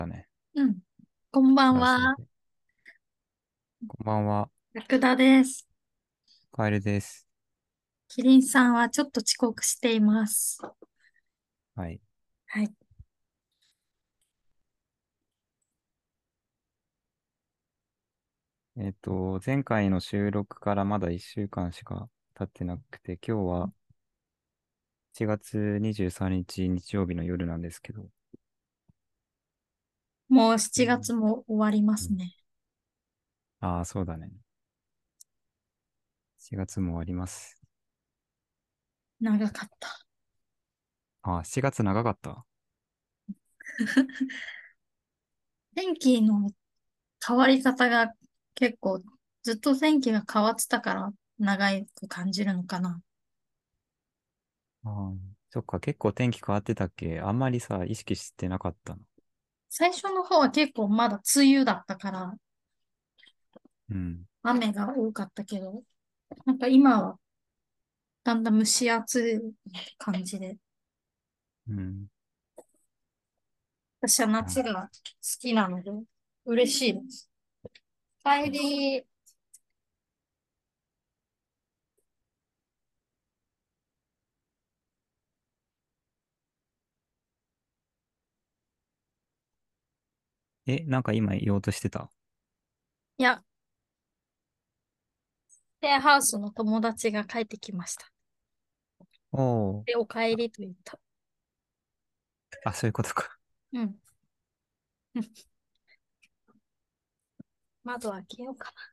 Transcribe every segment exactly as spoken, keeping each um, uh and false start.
だね。 うん。こんばんは。 じゃあそれで。こんばんは。 ラクダです。 カエルです。 キリンさんはちょっと遅刻しています。 はい。 はい。 えっと、前回の収録からまだいっしゅうかんしか経ってなくて、今日はしちがつにじゅうさんにち日曜日の夜なんですけど。 もう7 うん。 月も終わりまうん。 すね。 ああ、そうだね。しがつも終わります。 長かった。 ああ、しちがつ長かった。 天気の変わり方が結構ずっと天気が変わってたから長く感じるのかな。 ああ、そっか、結構天気変わってたっけ？あんまりさ、意識してなかったの。 最初の方は結構まだ梅雨だったからうん。 雨が多かったけど、なんか今はだんだん蒸し暑い感じで。 うん。 私は夏あ、 が好きなので嬉しいです。帰り、 え、なんか今言おうとしてた？ いや、シェアハウスの友達が帰ってきました。 おおー。 で、お帰りと言った。 あ、そういうことか。 うん。窓開けようか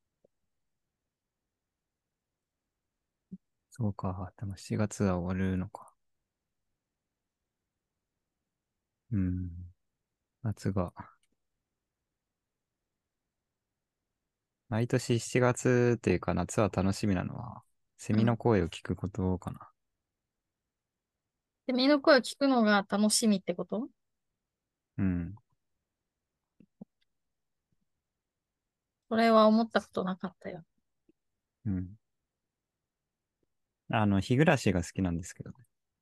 そうか。でもしがつは終わるのか。うん。夏が。毎年しちがつっていうか夏は楽しみなのは、セな。うん。 ミの声を聞くことかな。 セミの声を聞くのが楽しみってこと？ うん。 それは思ったことなかったよ。 うん。あの、日暮らしが好きなんですけどね。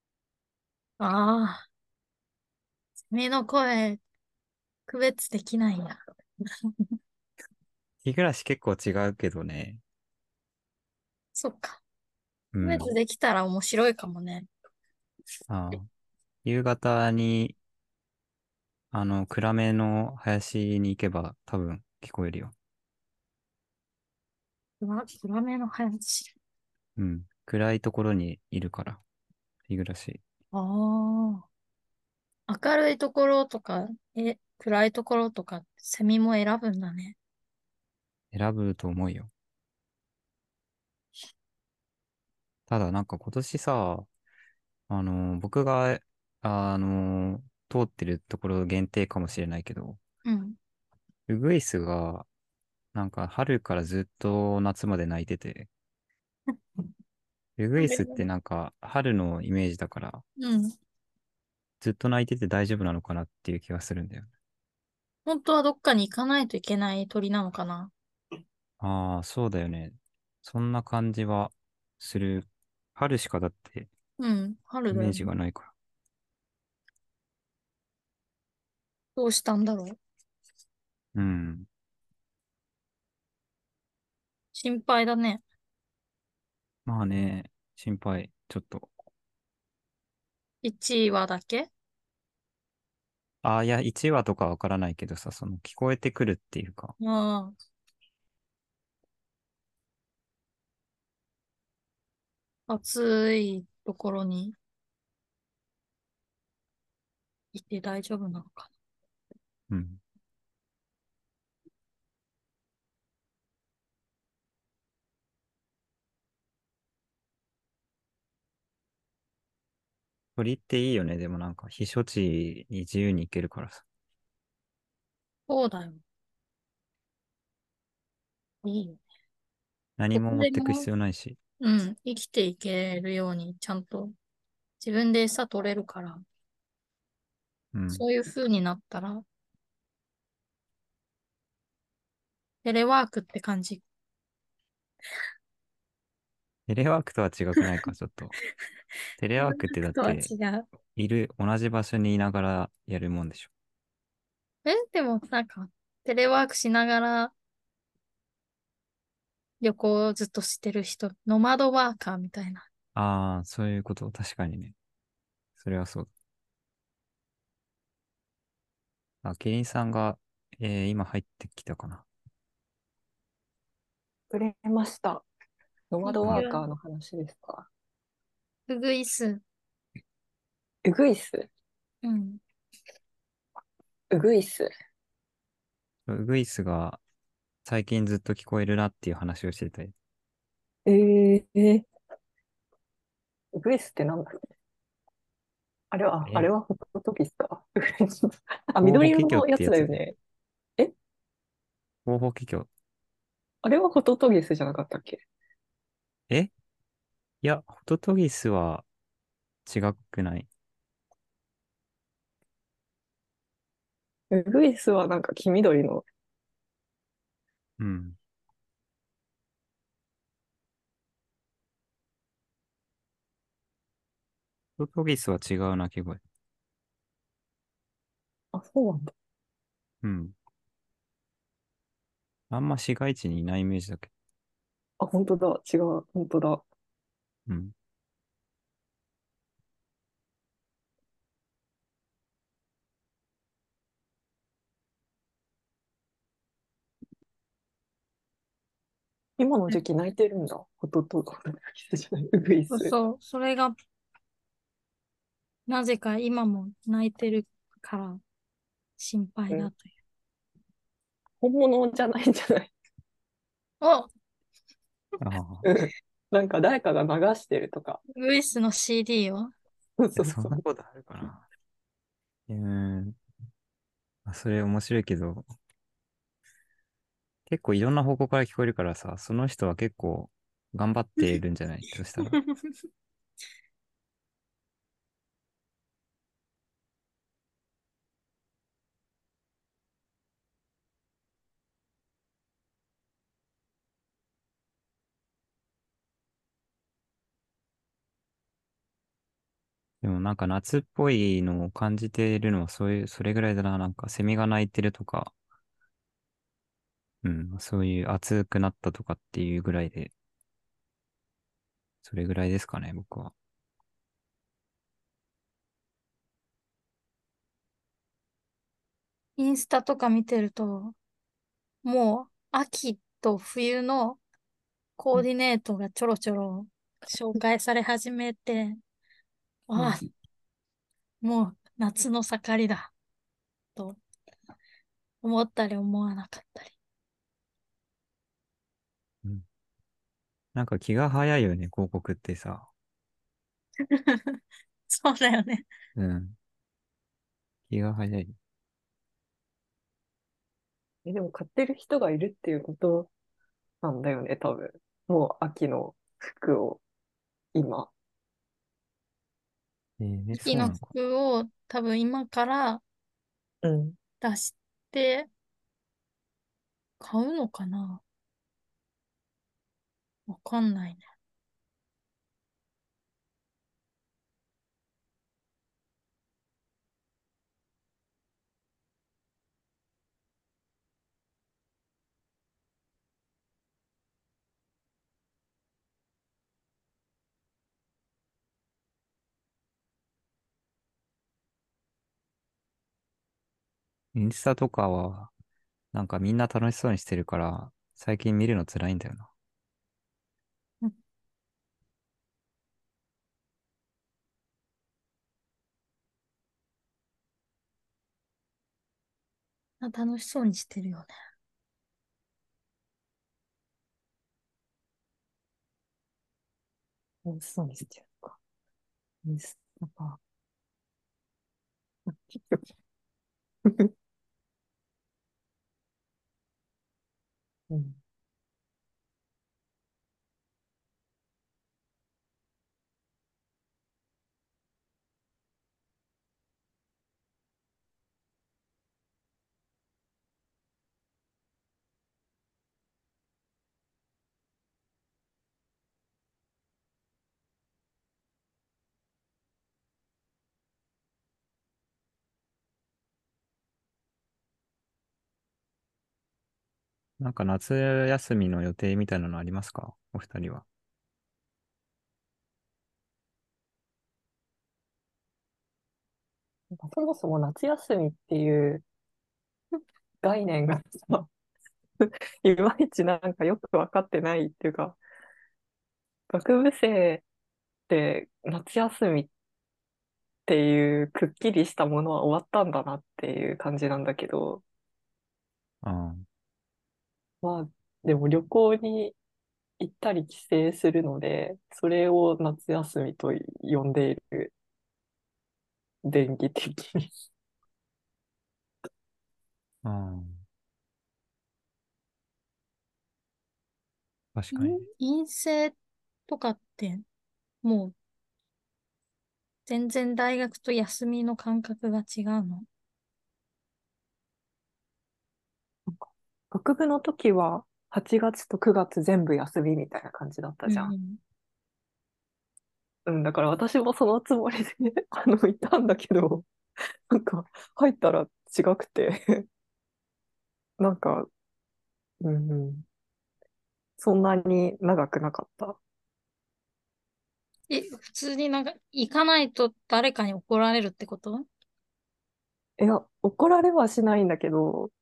ああ、セミの声、区別できないや。 日暮らし結構違うけどね。 そっか。区別うん。 できたら面白いかもね。 ああ、夕方に、あの、暗めの林に行けば多分聞こえるよ。 うわ、暗めの話。 うん。暗いところにいるから、日暮らし。 ああ、明るいところとか、え、暗いところとか、セミも選ぶんだね。 選ぶと思うよ。ただなんか今年さ、あの、僕が、あの、通ってるところ限定かもしれないけど、 うん。 ウグイスが、なんか春からずっと夏まで鳴いてて、ウグイスってなんか春のイメージだから、 うん。 ずっと鳴いてて大丈夫なのかなっていう気がするんだよね。 本当はどっかに行かないといけない鳥なのかな？ ああ、そうだよね。そんな感じはする。春しかだってうん。春イメージだよね。 がないから。 どうしたんだろう。 うん。 心配だね。 まあね、心配、ちょっと。 いちわだけ？ ああ、いや、いちわとかわからないけどさ、その聞こえてくるっていうか、 ああ、暑いところにいて大丈夫なのかうん。鳥っていいよね。でもなんか、避暑地に自由に行けるからさ。 な。そうだよ。いいよね。どこ何も持ってく必でも、 要ないし。 うん、生きていけるようにちゃんと自分で餌取れるから、 うん。 そういう風になったら、テレワークって感じ。 テレワークとは違くないか、ちょっと。テレテレワワークってだークとはって、 違う。 いる、同じ場所にいながらやるもんでしょ。 え、でもなんか、テレワークしながら旅行をずっとしてる人、ノマドワーカーみたいな。 ああ、そういうこと、確かにね。それはそうだ。あ、キリンさんが、えー今入ってきたかな。 くれました。ノマドワーいや、 カーの話ですか？ ウグイス。 ウグイスうん。 ウグイスウグイスが最近ずっと聞こえるなっていう話をしてて。 えー、えウグイスってなんだろう。あれは、あれえ、 はホトトギスか。あ、 ホウホ緑色のやケキョってやつで。 つだよね。えホウホケキョ。 あれはホトトギスじゃなかったっけ？ えいや、ホトトギスは違くない？ ウグイスはなんか黄緑の、 うん。ホトトギスは違う鳴き声。 あ、そうなんだ。 うん。あんま市街地にいないイメージだけあ、本当だ。違う。本当だ。 ど。うん。 今の時期泣いてるんだ。ホトト、ホトトギスじゃない、ウグイス。 そうそう。それが、なぜか今も泣いてるから心配うん。 だという。 本物じゃないんじゃない？ お、 ああ。 うん。なんか誰かが流してるとか。 ウグイスの シーディー を。 そういや、 そうそう。 そんなことあるかな。うーん。まあそれ面白いけど、結構いろんな方向から聞こえるからさ、その人は結構頑張ってるんじゃないとしたら。でもなんか夏っぽいのを感じているのはそういう、それぐらいだな。なんかセミが鳴いてるとか、うん、そういう暑くなったとかっていうぐらいで、それぐらいですかね、僕は。 インスタとか見てると、もう秋と冬のコーディネートがちょろちょろ紹介され始めて、 うん。 ああ、もう夏の盛りだと思ったり思わなかったり。 うん、なんか気が早いよね、広告ってさ。 そうだよね。 うん。気が早い。 え、でも買ってる人がいるっていうことなんだよね、多分。もう秋の服を今。 えー、 秋のそうなのか。 服を多分今からうん。 出して買うのかな。わかんないね。 インスタとかは、なんかみんな楽しそうにしてるから、最近見るの辛いんだよな。 うん、あ、楽しそうにしてるよね。 うん、そうですよ。インスタか。うん。 なんか夏休みの予定みたいなのありますかお二人は？ なんかそもそも夏休みっていう概念がさ、いまいちなんかよく分かってないっていうか、学部生って夏休みっていうくっきりしたものは終わったんだなっていう感じなんだけど、 ああ、 まあ、でも旅行に行ったり帰省するので、それを夏休みと呼んでいる電気的に。 ああ、確かにね。 陰陰性とかって、もう全然大学と休みの感覚が違うの？ 学部の時ははちがつとくがつ全部休みみたいな感じだったじゃん。 うん。 うん、だから私もそのつもりであの、いたんだけど、なんか入ったら違くて、なんか、うん、そんなに長くなかった。 え、普通になんか行かないと誰かに怒られるってこと？ いや、怒られはしないんだけど、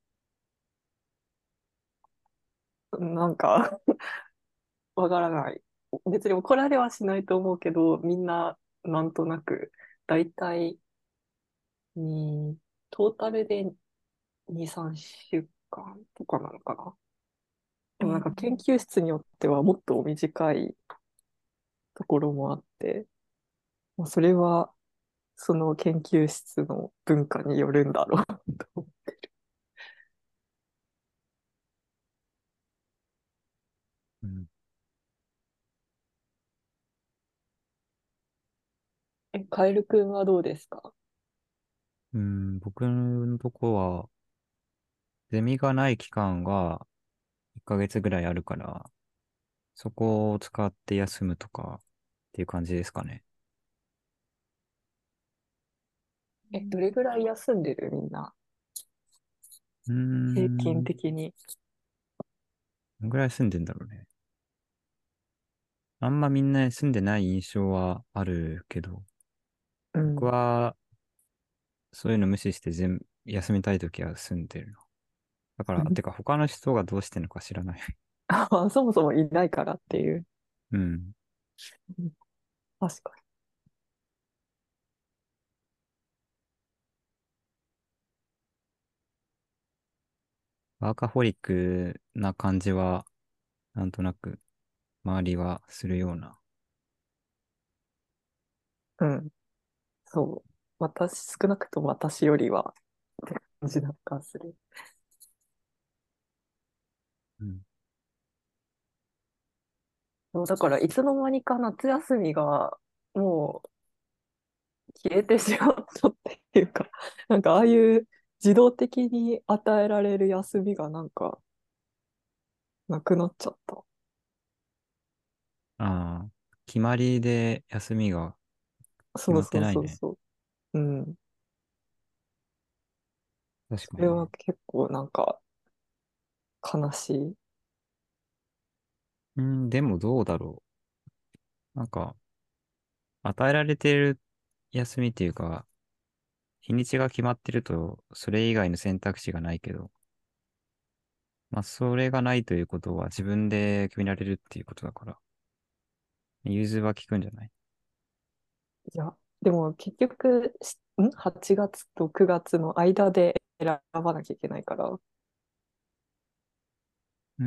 なんかわからない。別に怒られはしないと思うけど、みんななんとなく、だいたいに、トータルでに、さんしゅうかんとかなのかな。でもなんか研えー究室によってはもっと短いところもあって、まあ、それはその研究室の文化によるんだろうと。 うん。 え、カエル君はどうですか？ うん、僕のとこは、ゼミがない期間がいっかげつぐらいあるから、そこを使って休むとかっていう感じですかね。 え、どれぐらい休んでるみんな？ うー平均ん、 的に。 どんぐらい住んでんだろうね。あんまみんな住んでない印象はあるけど、僕うん。 はそういうの無視して全休みたいときは住んでるの。だから、てか他の人がどうしてるのか知らない。 あ、そもそもいないからっていう。 うん。 うん、確かワーカホリックな感じは、なんとなく周りはするような。 に。うん。そう。私、少なくとも私よりはって感じな気がする。 うん。 そうだから、いつの間にか夏休みがもう消えてしまったっていうか、なんかああいう自動的に与えられる休みがなんかなくなっちゃった。 ああ、決まりで休みが決まっそうそうてないね。 そうそう。うん。それは確かにね。 結構なんか悲しい。 うん、でもどうだろう。なんか、与えられている休みっていうか、日にちが決まってると、それ以外の選択肢がないけど、まあ、それがないということは自分で決められるっていうことだから、融通は効くんじゃない？ いや、でも結局、しん ?はち 月とくがつの間で選ばなきゃいけないから。 うん、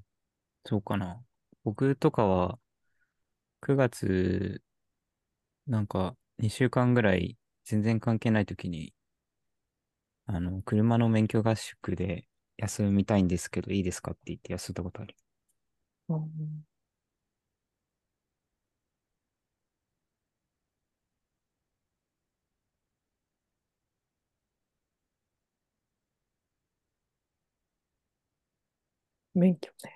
そうかな。僕とかは、くがつ、なんか、にしゅうかんぐらい、全然関係ない時に、あの、車の免許合宿で休みたいんですけど、いいですかって言って休んだことある。 うん、免許ね。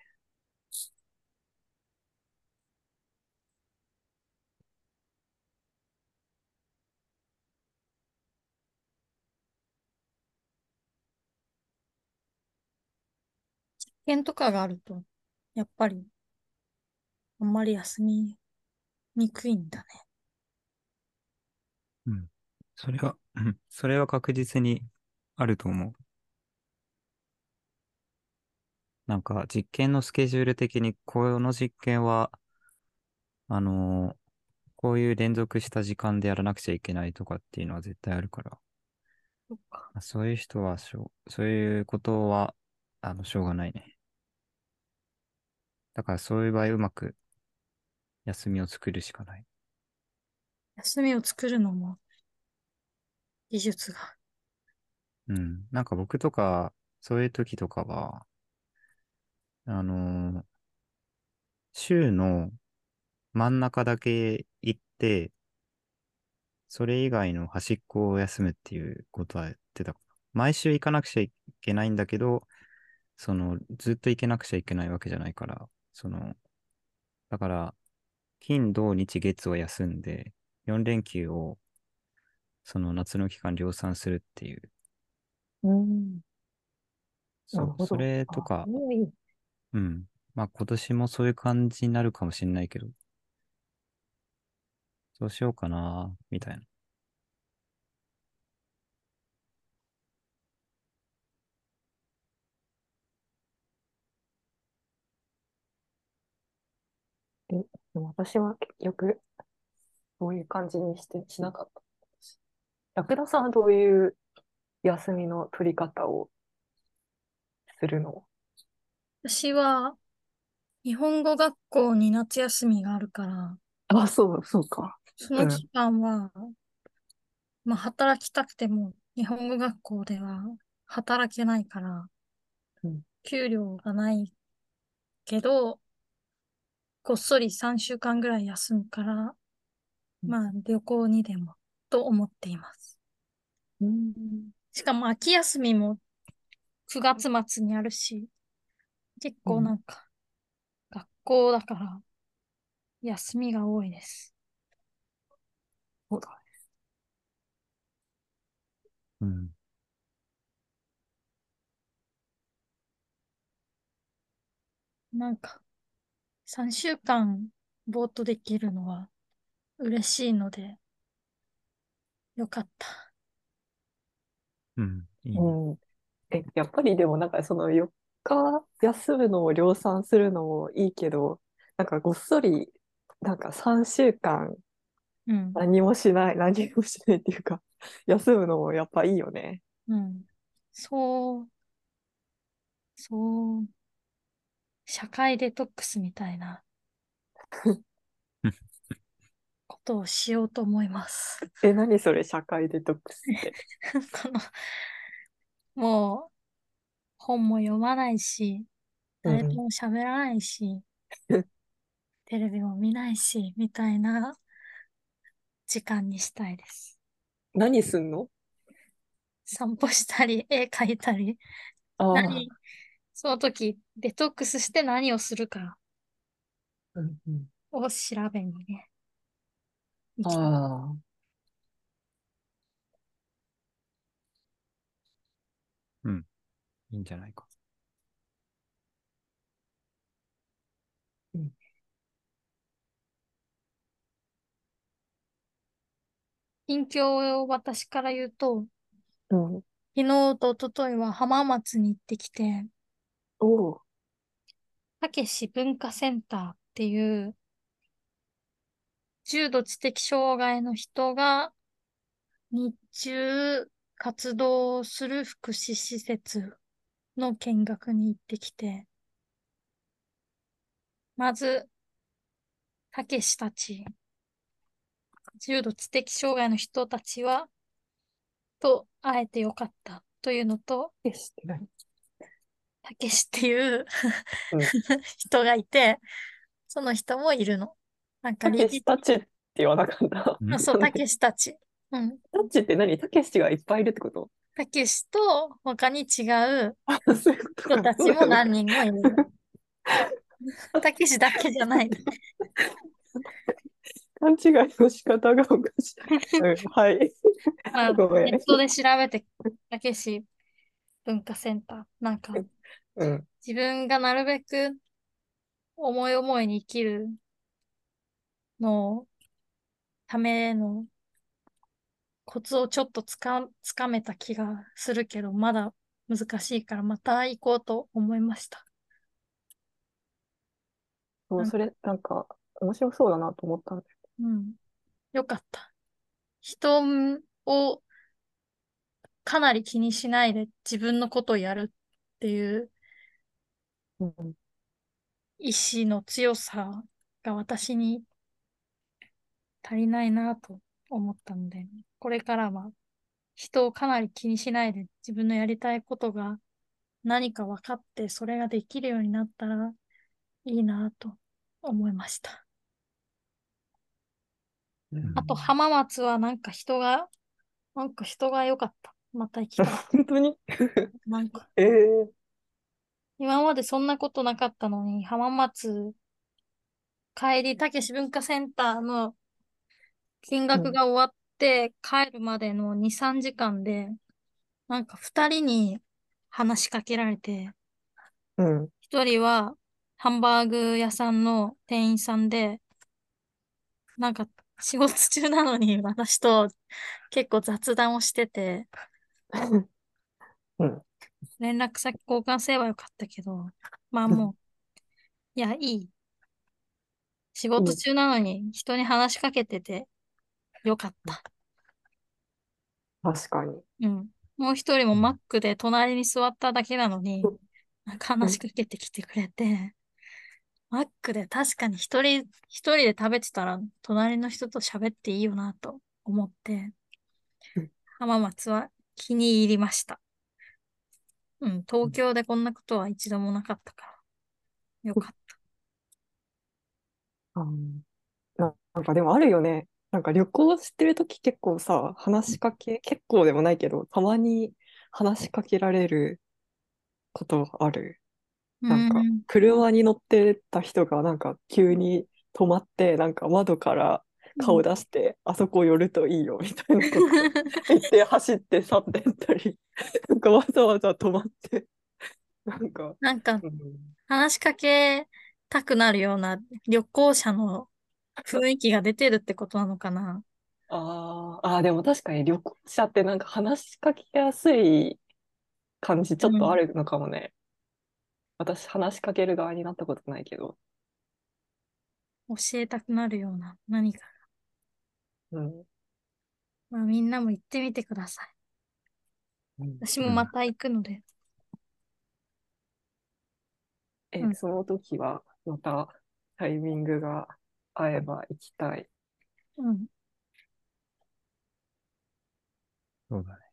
験とかがあると、やっぱりあんまり休みにくいんだね。 うん。それは、うんそれは確実にあると思う。なんか実験のスケジュール的に、この実験は、あのーこういう連続した時間でやらなくちゃいけないとかっていうのは絶対あるから、 そっか。 まあそういう人はしょう、そういうことは、あの、しょうがないね。だからそういう場合、うまく休みを作るしかない。 休みを作るのも技術が。 うん。なんか僕とか、そういう時とかは、あのー週の真ん中だけ行って、それ以外の端っこを休むっていうことはやってたかな。毎週行かなくちゃいけないんだけど、その、ずっと行けなくちゃいけないわけじゃないから、その、だから、金、土、日、月を休んで、よん連休を、その夏の期間量産するっていう、 うん。なそう、そるほど。あ、 れとか、 もういい。 うん。まあ今年もそういう感じになるかもしれないけど、そうしようかな、みたいな。 え、でも私は結局、そういう感じにして、しなかった。ラクダさんはどういう休みの取り方をするの？ 私は日本語学校に夏休みがあるから、 あ、そう、そうか。 その期うん。 間は、まあ働きたくても日本語学校では働けないから、 うん。 給料がないけど、こっそりさんしゅうかんぐらい休むから、まあ旅行にでもと思っています。 うん。 しかも秋休みもくがつ末にあるし、結うん。 構なんか学校だから休みが多いです。 そうだ。 うん。 なんかさんしゅうかんぼーっとできるのは嬉しいのでよかった。 うん。いいね。 うん。え、やっぱりでもなんかそのよっか休むのを量産するのもいいけど、なんかごっそり、なんかさんしゅうかんうん。 何もしない、何もしないっていうか、休むのもやっぱいいよね。 うん。そう、そう、社会デトックスみたいなことをしようと思います。 え、何それ、社会デトックスって？ この、もう本も読まないし、誰とうん。 も喋らないし、テレビも見ないし、みたいな時間にしたいです。 何すんの？ 散歩したり、絵描いたり、 ああ何、その時デトックスして何をするかー、うんうん。 を調べにね、行あきたい。 あ、 うん。いいんじゃないか。 うん。 近況を私から言うと、 うん。 昨日と一昨日は浜松に行ってきて、 おお、 たけし文化センターっていう重度知的障害の人が日中活動する福祉施設の見学に行ってきて、まず、たけしたち、重度知的障害の人たちは、と会えてよかったというのと、 え、知ってない。 たけしっていううん。 人がいて、その人もいるの。なんかたけしリリ、 たちって言わなかった。 んあ、そう、 なんで、 たけしたち。うん。 たちって何？たけしがいっぱいいるってこと？ たけしと他に違うあ、そういうことか。 人たちそうだよね。 も何人もいる。たけしだけじゃない。 勘違いの仕方がおかしい。うん、はい。 まあ、 ごめん。 ネットで調べて、たけし文化センター。なんか、 うん。 自分がなるべく思い思いに生きるのためのコツをちょっとつか、つかめた気がするけど、まだ難しいからまた行こうと思いました。 そう、 なんか、 それ、なんか、面白そうだなと思ったんだよ。 うん。よかった。人をかなり気にしないで自分のことをやるっていううん。 意志の強さが私に足りないなと思ったので、これからは人をかなり気にしないで自分のやりたいことが何か分かってそれができるようになったらいいなと思いました。 ううん。 あとん。 浜松はなんか人が、なんか人が良かった。また行きたい。 本当に。 なんかええ。 今までそんなことなかったのに浜松帰り、たけし文化センターの見うん。 学が終わって帰るまでのに、さんじかんで、なんか二人に話しかけられて、 うん。 一人はハンバーグ屋さんの店員さんで、なんか仕事中なのに私と結構雑談をしてて、 うん。 連絡先交換すればよかったけど、まあもう、いや、いい。仕うん。 事中なのに人に話しかけててよかった。 確かに。 うん。もう一人もうん。 マックで隣に座っただけなのに、なんかうん。 話しかけてきてくれて、マックで確かに一人、一人で食べてたら隣の人と喋っていいよなと思って、浜松は気に入りました。うん、東京でこんなことは一度もなかったから、よかった。 あー、な、なんかでもあるよね。なんか旅行してるとき結構さ、話しかけ、結構でもないけど、たまに話しかけられることある。 うなんか、 ん、 車に乗ってた人がなんか急に止まって、なんか窓からうん。 顔出して、あそこ寄るといいよみたいなこと言って走って去ってったり、なんかわざわざ止まって、なんか、 なんか、 うん、 話しかけたくなるような旅行者の雰囲気が出てるってことなのかな。 あーあー、でも確かに旅行者ってなんか話しかけやすい感じちょっとあうん。 るのかもね。私話しかける側になったことないけど。 教えたくなるような何か。 うん。 まあみんなも行ってみてください。 うん。 私もうん。 また行くので。うえ、 ん。 その時はまたタイミングが合えば行きたい。 うん。 そうだね。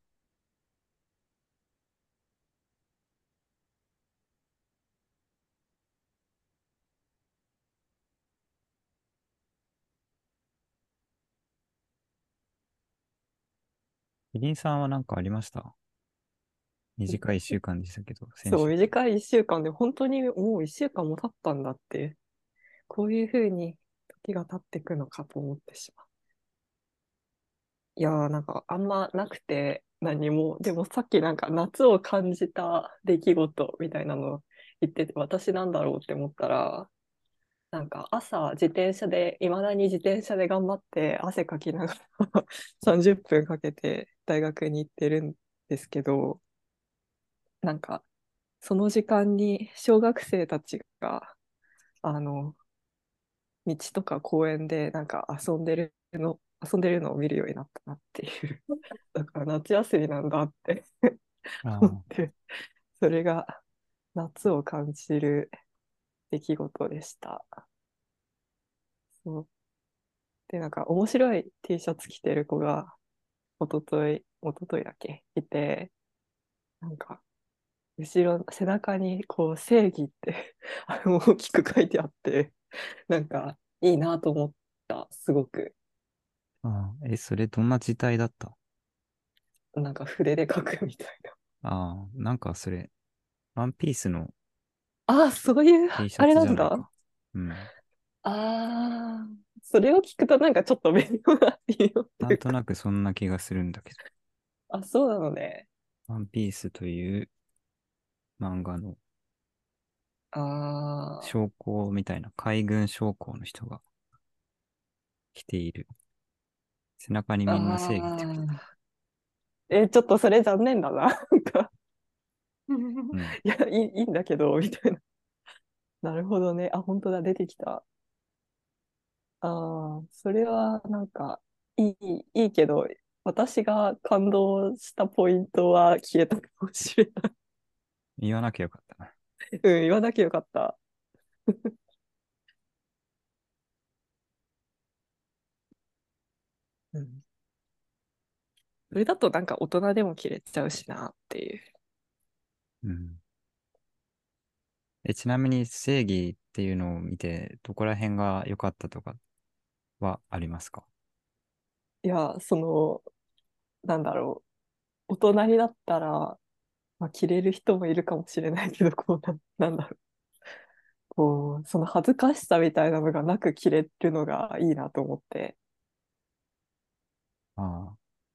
キリンさんは何かありました？短い一週間でしたけど、先そう、 週。 短い一週間で本当にもう一週間も経ったんだって、こういうふうに時が経っていくのかと思ってしまう。いやー、なんかあんまなくて何も、でもさっきなんか夏を感じた出来事みたいなの言ってて、私なんだろうって思ったら、なんか朝自転車で、いまだに自転車で頑張って汗かきながらさんじゅっぷんかけて大学に行ってるんですけど、なんかその時間に小学生たちが、あの、道とか公園でなんか遊んでるの、遊んでるのを見るようになったなっていう。だから夏休みなんだって思っああ、 て、それが夏を感じる出来事でした。そう。で、なんか面白い T シャツ着てる子が、一昨日一昨日だっけいて、なんか、後ろ、背中に、こう、正義ってあの大きく書いてあって、なんか、いいなと思った、すごく。 ああ、え、それどんな字体だった？ なんか、筆で書くみたいな。 ああ、なんかそれ、ワンピースのああ、そういう、 T シャあれツなんだ。 じゃないか。うん。 ああ、それを聞くとなんかちょっと微妙な微妙ってなんいうか、 となくそんな気がするんだけど。 あ、そうなのね。 ワンピースという漫画の。 あ将校みたいな、海軍将校の人が着ている。背中にあ、 みんな正義って書いてああ。え、ちょっとそれ残念だな。なんか、 ある。うん。 いや、いい、いいんだけど、みたいな。なるほどね。あ、本当だ、出てきた。ああ、それはなんか、いい、いいけど、私が感動したポイントは消えたかもしれない。 言わなきゃよかったな。 うん、言わなきゃよかった。うん。それだとなんか大人でも切れちゃうしなっていう。 うん。え、ちなみに正義っていうのを見て、どこら辺が良かったとかはありますか？ いや、その、なんだろう。大人になったら、まあ、切れる人もいるかもしれないけど、こう、な、なんだろう。こう、その恥ずかしさみたいなのがなく切れるのがいいなと思って。 ああ、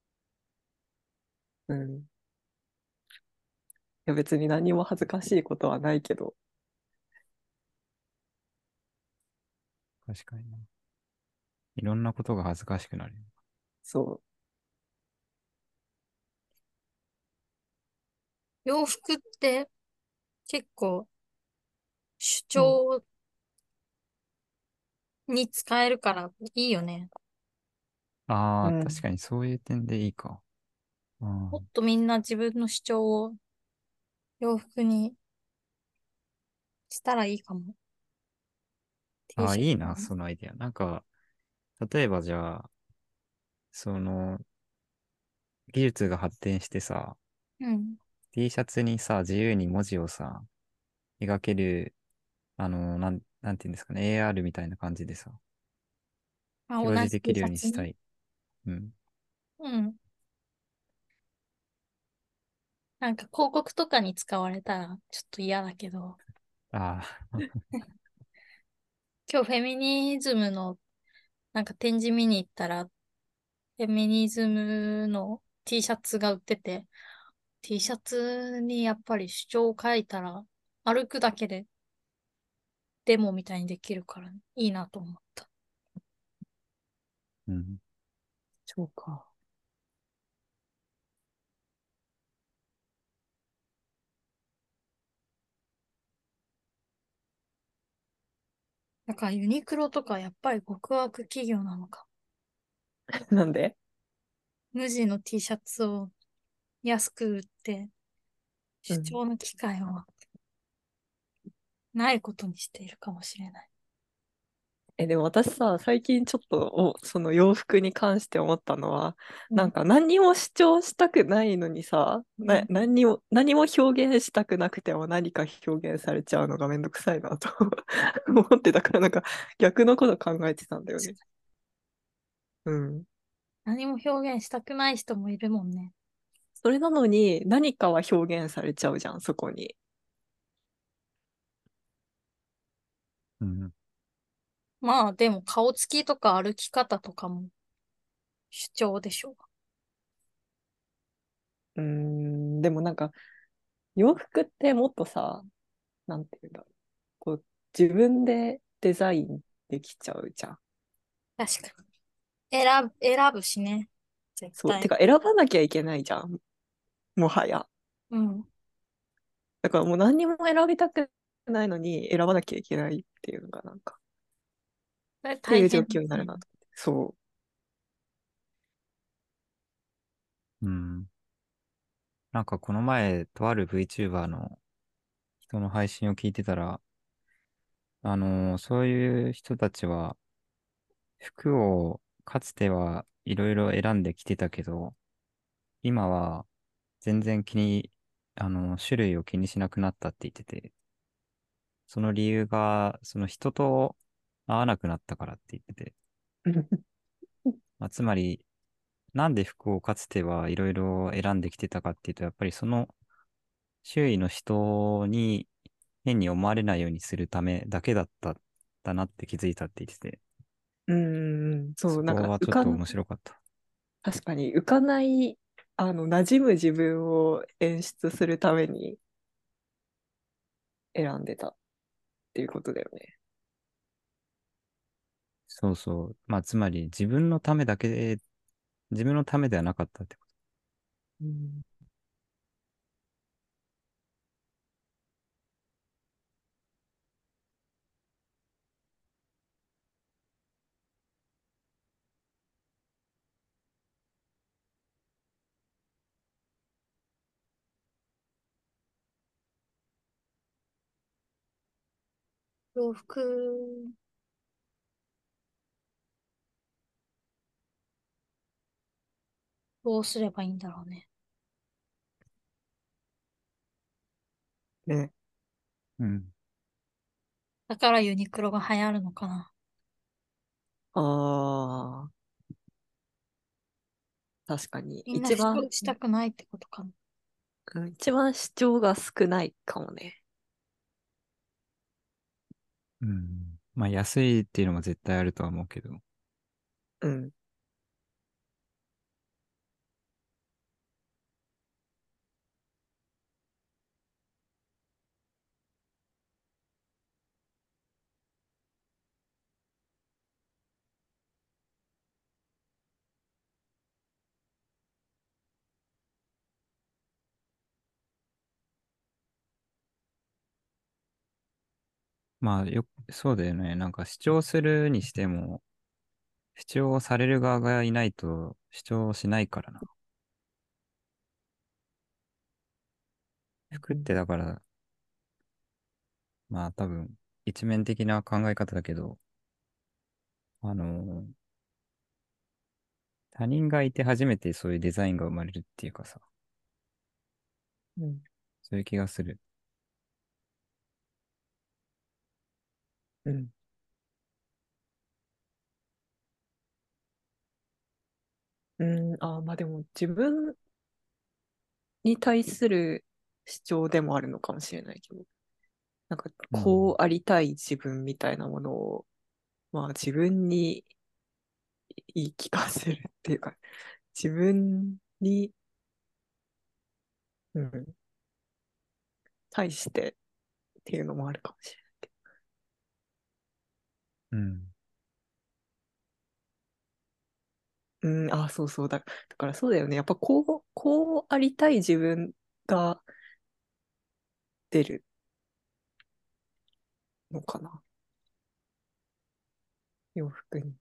うん。いや、別に何も恥ずかしいことはないけど、 確かにな。いろんなことが恥ずかしくなる。 そ洋服って結構主う。うん。 張に使えるからいいよね。 ああ、確うん。 かにそういう点でいいか。うん。 もっとみんな自分の主張を洋服にしたらいいかも。T ああ、 シャいいな、 ツに。 そのアイディア。なんか、例えばじゃあ、その、技術が発展してさ、 うん。 T シャツにさ、自由に文字をさ、描ける、あの、なん、なんていうんですかね、エーアール みたいな感じでさ、 あ、同じ表示でき T るようシャツに。 にしたい。うん。 うん。なんか広告とかに使われたらちょっと嫌だけど、 ああ、 今日フェミニズムのなんか展示見に行ったら、フェミニズムの T シャツが売ってて、T シャツにやっぱり主張を書いたら、歩くだけでデモみたいにできるからいいなと思った。 うん。 そうか。 だからユニクロとかやっぱり極悪企業なのか。 なんで？ 無地の T シャツを安く売って、主うん。 張の機会をないことにしているかもしれない。 え、でも私さ、最近ちょっとお、その洋服に関して思ったのは、 うん。 なんか何にも主張したくないのにさ、な、 うん。 何にも、何も表現したくなくても何か表現されちゃうのがめんどくさいなと思ってたから、なんか逆のこと考えてたんだよね。うん。 何も表現したくない人もいるもんね。 それなのに何かは表現されちゃうじゃん、そこに。 うん。 まあでも顔つきとか歩き方とかも主張でしょうーん、でもなんか洋服ってもっとさ、なんていうんだろう。こう自分でデザインできちゃうじゃん。 う。確かに。選ぶ、選ぶしね。絶そう。て対。 か選ばなきゃいけないじゃん。もはや。 うん。 だからもう何にも選びたくないのに選ばなきゃいけないっていうのがなんか、 それっていう状大変ですね。 況になるなと。そうん。なんかこの前、とある VTuber の人の配信を聞いてたら、あのーそういう人たちは、服をかつてはいろいろ選んできてたけど、今は全然気に、あの、種類を気にしなくなったって言ってて、その理由が、その人と会わなくなったからって言ってて、 う。 まあ、つまり、なんで服をかつてはいろいろ選んできてたかっていうと、やっぱりその周囲の人に変に思われないようにするためだけだったんだなって気づいたって言ってて、 うん、そう、なんそこか浮かん、 はちょっと面白かった。 確かに浮かない、あの、馴染む自分を演出するために選んでた。 っていうことだよね。 そうそう。まあ、つまり自分のためだけで、自分のためではなかったってこうん。 洋服、どうすればいいんだろうね。 ね。 と。うん。 だからユニクロが流行るのかな。 ああ、確かに。 みんな主一番、 張したくないってことかな。 うん一番主張が少ないかもね。 うん。まあ、安いっていうのも絶対あるとは思うけど。 うん。 まあ、よ、そうだよね。なんか主張するにしても、主張される側がいないと主張しないからな。服ってうん。 だから、まあ多分、一面的な考え方だけど、あのー他人がいて初めてそういうデザインが生まれるっていうかさ、 うん。 そういう気がする。 うん。うん。あー、まあでも自分に対する主張でもあるのかもしれないけど、なんかうん。 こうありたい自分みたいなものを、まあ自分に言い聞かせるっていうか、自分に、うん、対してっていうのもあるかもしれないけうん。 ど。うん、あ、そうそうだ。だからそうだよね。やっぱこう、こうありたい自分が出るのかな。洋服に。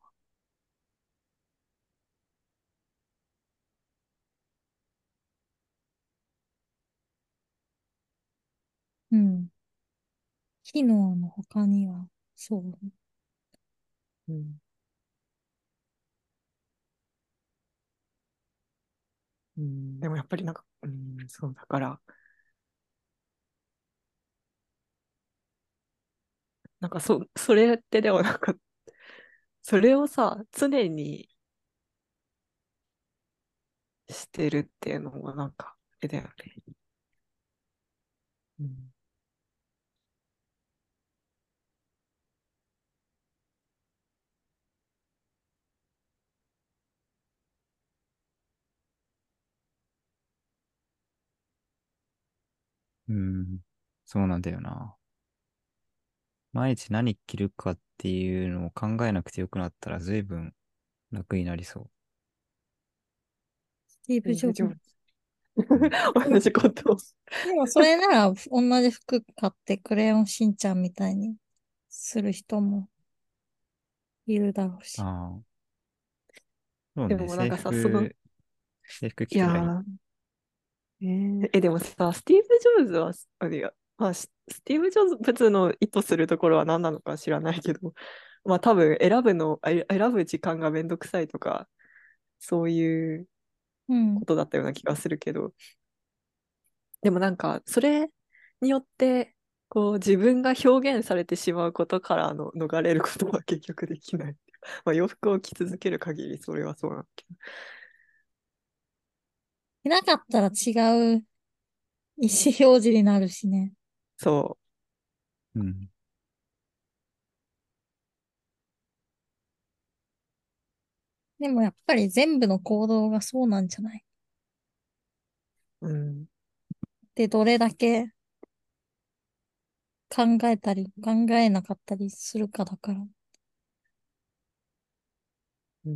うん。機能の他には、そう。 うん。うん、でもやっぱりなんか、うん、そうだから、なんかそ、それってでもなんか、それをさ、常にしてるっていうのもなんか、あれだよね。うん。 うん。そうなんだよな。毎日何着るかっていうのを考えなくてよくなったら随分楽になりそスティーブ・ジョブズ。 大丈夫。 う。うん。 同じことを。 でもそれなら同じ服買ってクレヨンしんちゃんみたいにする人もいるだろうし。 ああ、そうでね。制もなんかさ、その、 服、制服着いやてりゃいい。 ー、えーえ、でもさ、スティーブ・ジョブズは、あれや、まあ、ススティーブ・ジョブズの意図するところは何なのか知らないけど、まあ多分選ぶの、あ選ぶ時間がめんどくさいとか、そういううん。 ことだったような気がするけど、でもなんか、それによって、こう、自分が表現されてしまうことからの逃れることは結局できない。まあ、洋服を着続ける限り、それはそうなんだけど。 いなかったら違う意思表示になるしね。 そうん。 でもやっぱり全部の行動がそうなんじゃない？ う。うん。 で、どれだけ考えたり考えなかったりするかだからうん。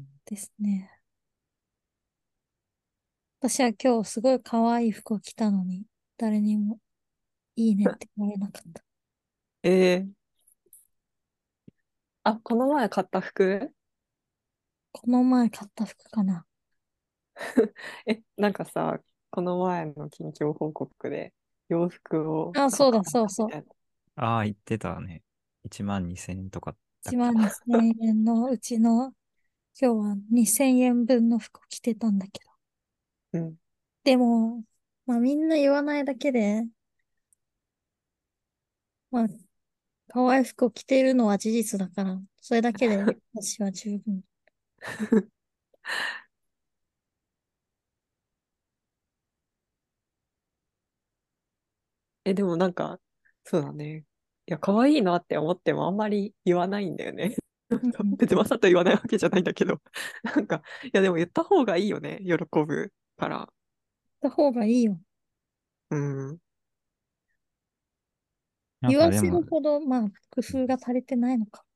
ですね。私は今日すごい可愛い服を着たのに、誰にもいいねって言われなかった。 ええ、あ、この前買った服。 この前買った服かな。 え、なんかさ、この前の近況報告で洋服をあ、そうだ、 なんか買っそうそう。 たみたいな。 ああ、言ってたね。いちまんにせんえんとかだっ 1 け。 万にせんえんのうちの今日はにせんえんぶんの服を着てたんだけど。 うん。 でも、まあみんな言わないだけで、まあ可愛い服を着ているのは事実だから、それだけで私は十分。 え、でもなんか、そうだね。いや、可愛いなって思ってもあんまり言わないんだよね。なんかうん。 別にわざと言わないわけじゃないんだけど。なんか、いや、でも言った方がいいよね。喜ぶから。 た方がいいよ。 うん。 なん言わせかでも、 るほど、まあ工夫が足りてないのか。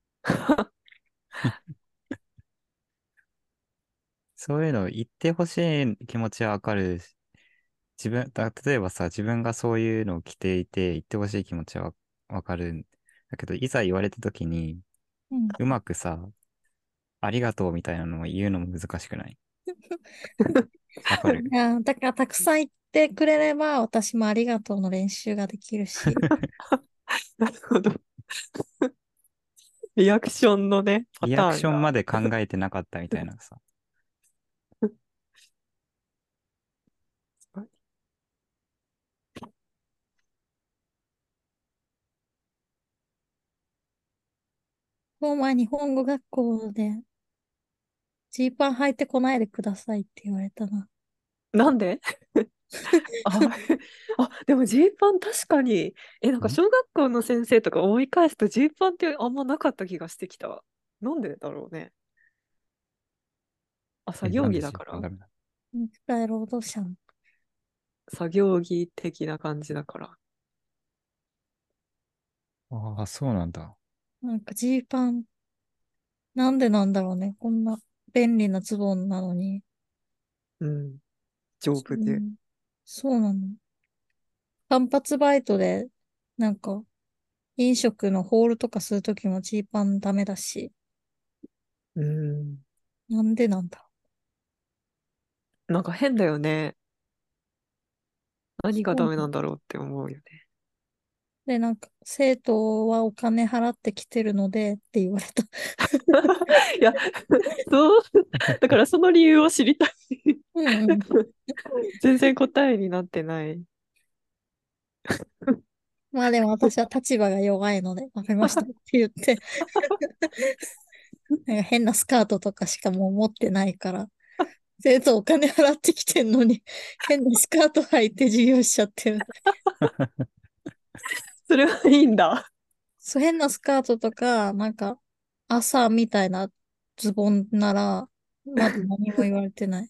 そういうの言ってほしい気持ちはわかるし。自分、だ例えばさ、自分がそういうのを着ていて言ってほしい気持ちはわかるんだけど、いざ言われた時に、 うん。 うまくさ、ありがとうみたいなのを言うのも難しくない？わかる？ いや、だからたくさん言ってくれれば、私もありがとうの練習ができるし。 なるほど。リアクションのね、パリアクションターンが。 まで考えてなかったみたいなさ。 この前日本語学校で、ジーパン履いてこないでくださいって言われたな。 なんで？あ、あ、でもジーパン確かに、え、なんかん小学校の先生とか思い返すとジーパンってあんまなかった気がしてきたわ。なんでだろうね。あ、作え、 業なんでジー着だから。 パンダメな肉体労働者の。 作業着的な感じだから。 の？ああ、そうなんだ。 なんかジーパン、なんでなんだろうね。こんな便利なズボンなのに。 うん。丈夫で。 うん、そうなの。単発バイトで、なんか、飲食のホールとかするときもジーパンダメだし、 うん。 なんでなんだ。 なんか変だよね。何がダメなそう。 んだろうって思うよね。 で、なんか、生徒はお金払ってきてるのでって言われた。 いや、そう、だからその理由を知りたい。 うんうん。 全然答えになってない。 まあでも私は立場が弱いので、わかりましたって言って、なんか変なスカートとかしかもう持ってないから、生徒お金払ってきてんのに、変なスカート履いて授業しちゃってる。 それはいいんだ。 そう、変なスカートとか、なんか、朝みたいなズボンなら、まだ何も言われてない。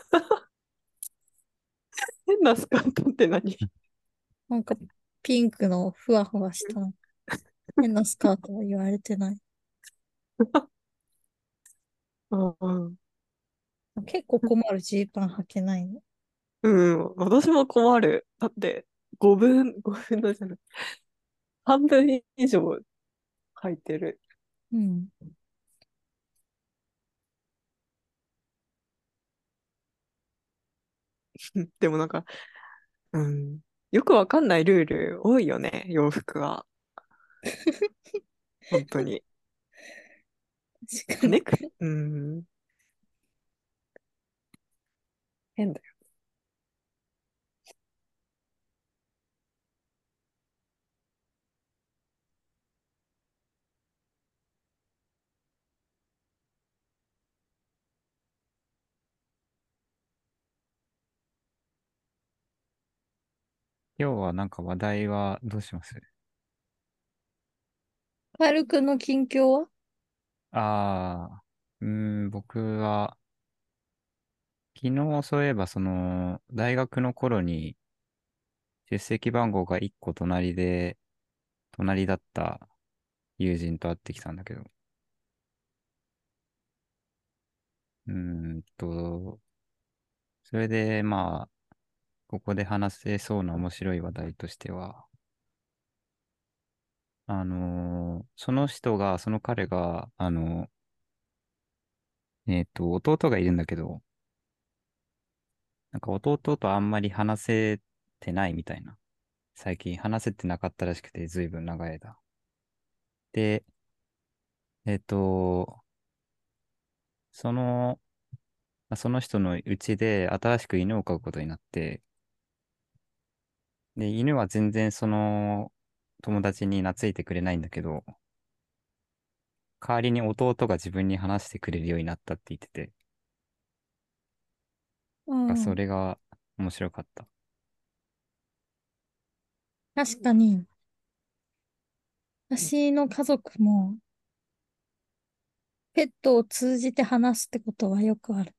変なスカートって何？ なんか、ピンクのふわふわした変なスカートは言われてない。 うん。 結構困るジーパン履けないの。 うん、私も困る。だって、ごぶん、ごぶんのじゃない。半分以上履いてる。 うん。 でもなんか、うん、よくわかんないルール多いよね、洋服は。本当に。 確かに。 ネク、うん、変だよ。 今日はなんか話題はどうします？ カエルくんの近況は？ ああー、うーん、僕は、昨日そういえばその、大学の頃に出席番号がいっこ隣で隣だった友人と会ってきたんだけど、うーんと、それでまあ、ここで話せそうな面白い話題としては、あのーその人が、その彼が、あの、えっと、弟がいるんだけど、なんか弟とあんまり話せてないみたいな。最近話せてなかったらしくて、ずいぶん長い間。で、えっと、その、まあその人のうちで新しく犬を飼うことになって、で、犬は全然その友達に懐いてくれないんだけど、代わりに弟が自分に話してくれるようになったって言ってて、 うそん。 れが面白かった。 確かに、私の家族も、ペットを通じて話すってことはよくある。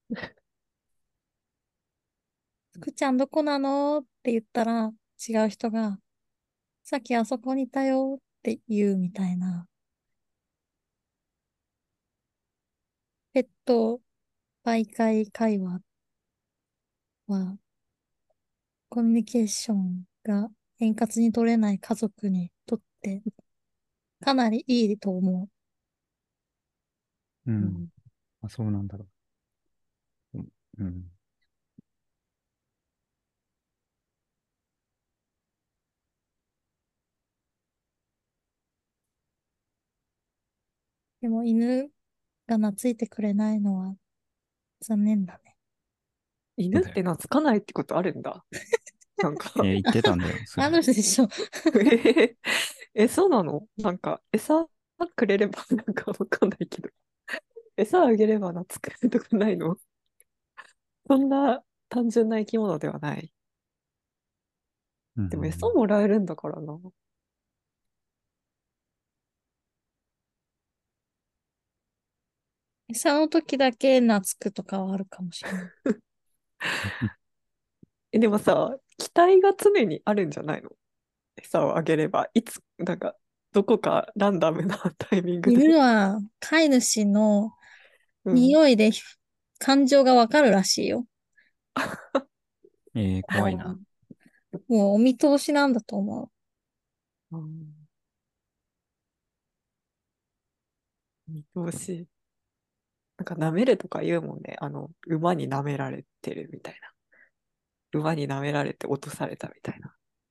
福ちゃんどこなのって言ったら、違う人が、さっきあそこにいたよって言うみたいな。ペット媒介会話は、コミュニケーションが円滑に取れない家族にとって、かなりいいと思うん。 うん。 あ、そうなんだろう。うん。 う。でも犬が懐いてくれないのは残念だね。 そうだよ。 犬って懐かないってことあるんだ。なんかえー言ってたんだよ、そあれ。 るでしょ。 えーえ、そうなの？なんか、餌くれればなんかわかんないけど、餌あげれば懐くとかないの？そんな単純な生き物ではない。 うんうでも餌んもらえるんだからな。 餌の時だけ懐くとかはあるかもしれない。 うん。 え、でもさ、期待が常にあるんじゃないの？餌をあげれば、いつ、なんか、どこかランダムなタイミングで。 犬は飼い主のうん。 匂いで感情がわかるらしいよ。 えー怖いな。 もうお見通しなんだと思うん。見通し。なんか舐めるとか言うもんね。あの、馬に舐められてるみたいな。馬に舐められて落とされたみたいな。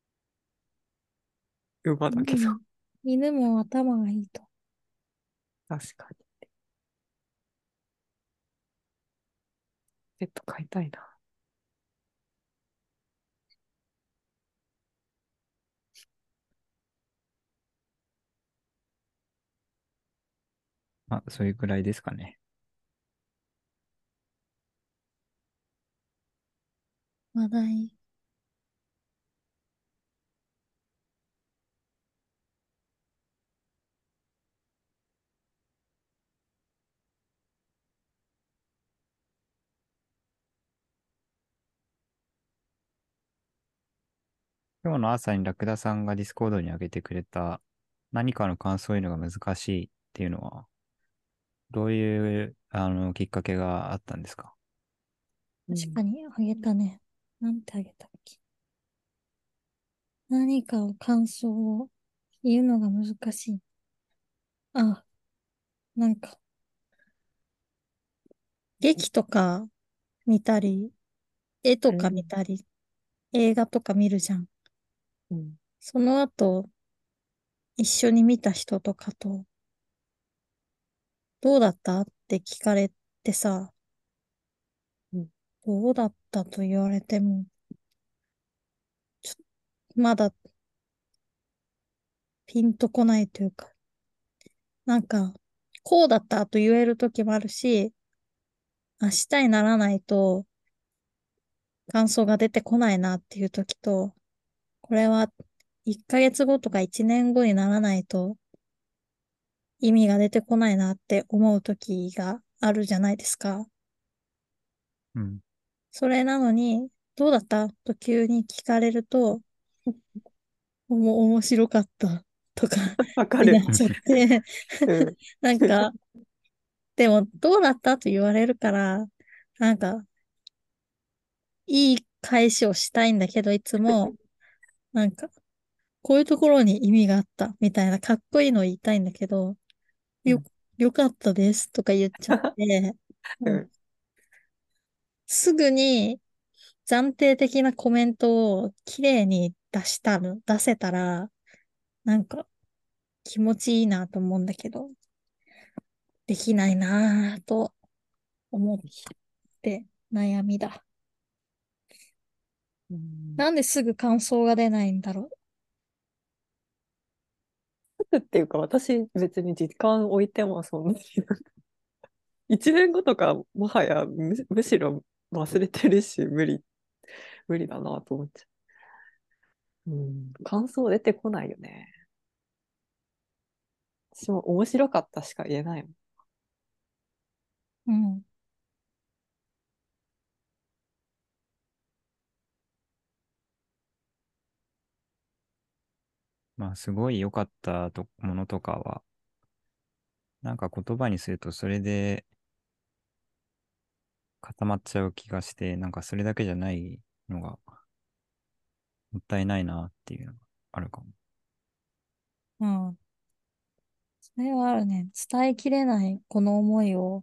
馬う。 だけど。 うん、犬も頭がいいと。 確かに。ペット飼いたいな。 あ、それくらいですかね。 話題。 今日の朝にラクダさんがディスコードに上げてくれた何かの感想を言うのが難しいっていうのは、どういう、あの、きっかけがあったんですか？ うん。 確かにあげたね。なんてあげたっけ。何かを感想を言うのが難しい。あ、なんか、劇とか見たり、絵とか見うん。 たり、映画とか見るじゃん。 うん。 その後、一緒に見た人とかと、どうだったって聞かれてさ、 うん。 どうだったと言われても、ちょまだピンとこないというか、なんか、こうだったと言える時もあるし、明日にならないと感想が出てこないなっていう時と、これはいっかげつごとかいちねんごにならないと意味が出てこないなって思う時があるじゃないですか。 うん。 それなのに、どうだったと急に聞かれると、おも、面白かった。 うん。 とかわかる。 になっちゃって、 うん。 なんか、でもどうだったと言われるから、なんか、いい返しをしたいんだけど、いつも、なんか、こういうところに意味があったみたいなかっこいいのを言いたいんだけど、よ、 うん。 よかったですとか言っちゃって、なんかうん。 すぐに暫定的なコメントを綺麗に出したの、出せたら、なんか気持ちいいなと思うんだけど、できないなぁと思って悩みだ。 うん。 なんですぐ感想が出ないんだろっていうか、私別に時間置いてもそんなに、一年後とかもはやむ、むしろ忘れてるし、無理、無理だなと思っちゃう。うん。感想出てこないよね。私も面白かったしか言えないもん。 う。うん。 まあ、すごい良かったとものとかは、なんか言葉にするとそれで固まっちゃう気がして、なんかそれだけじゃないのがもったいないなっていうのがあるかも。 うん。それはあるね。伝えきれないこの思いを、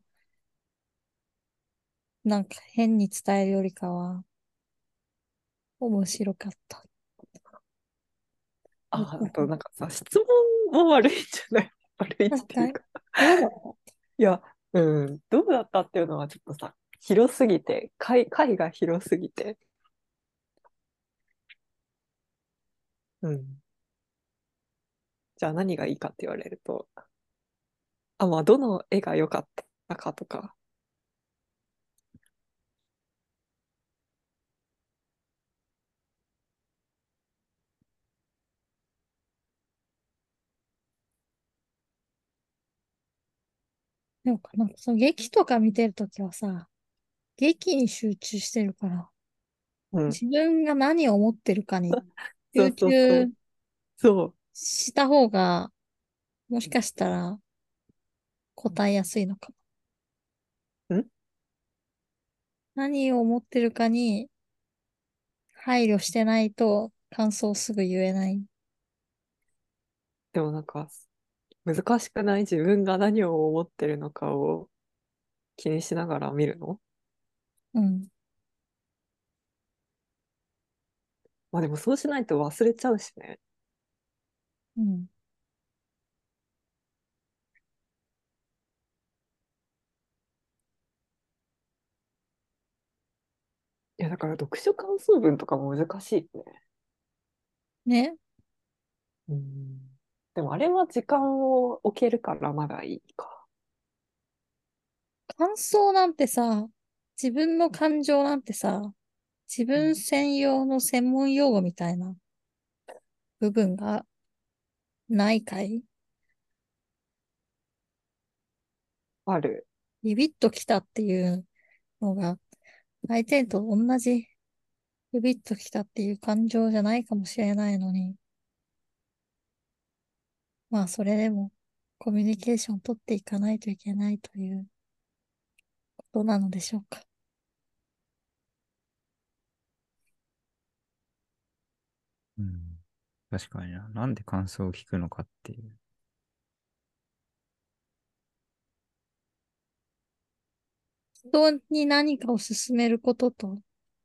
なんか変に伝えるよりかは、面白かった。よあ、あとかった。 なんかさ、質問も悪いんじゃない？悪いっなんか、 ていうか。 どうだった？ いや、うん、どうだったっていうのはちょっとさ、広すぎて、回、回が広すぎて。うん。じゃあ何がいいかって言われると、あ、まあ、どの絵が良かったかとか。 でもなんかその劇とか見てるときはさ、劇に集中してるから、 うん。 自分が何を思ってるかに集そうそうそ中う。そした方が、もしかしたら答えやすいのかも。 う。ん何を思ってるかに配慮してないと感想すぐ言えない。 でもなんか、難しくない？自分が何を思ってるのかを気にしながら見るの？ うん。 まあでもそうしないと忘れちゃうしね。 うん。 いや、だから読書感想文とかも難しいよね。 ね。 うん。でもあれは時間を置けるからまだいいか。 感想なんてさ、自分の感情なんてさ、自うん。 分専用の専門用語みたいな部分がないかい？ ある。 ビビッときたっていうのが、相手と同じビビッときたっていう感情じゃないかもしれないのに、まあそれでもコミュニケーション取っていかないといけないということなのでしょうか。 うん。確かにな。なんで感想を聞くのかっていう。 人に何かを勧めることと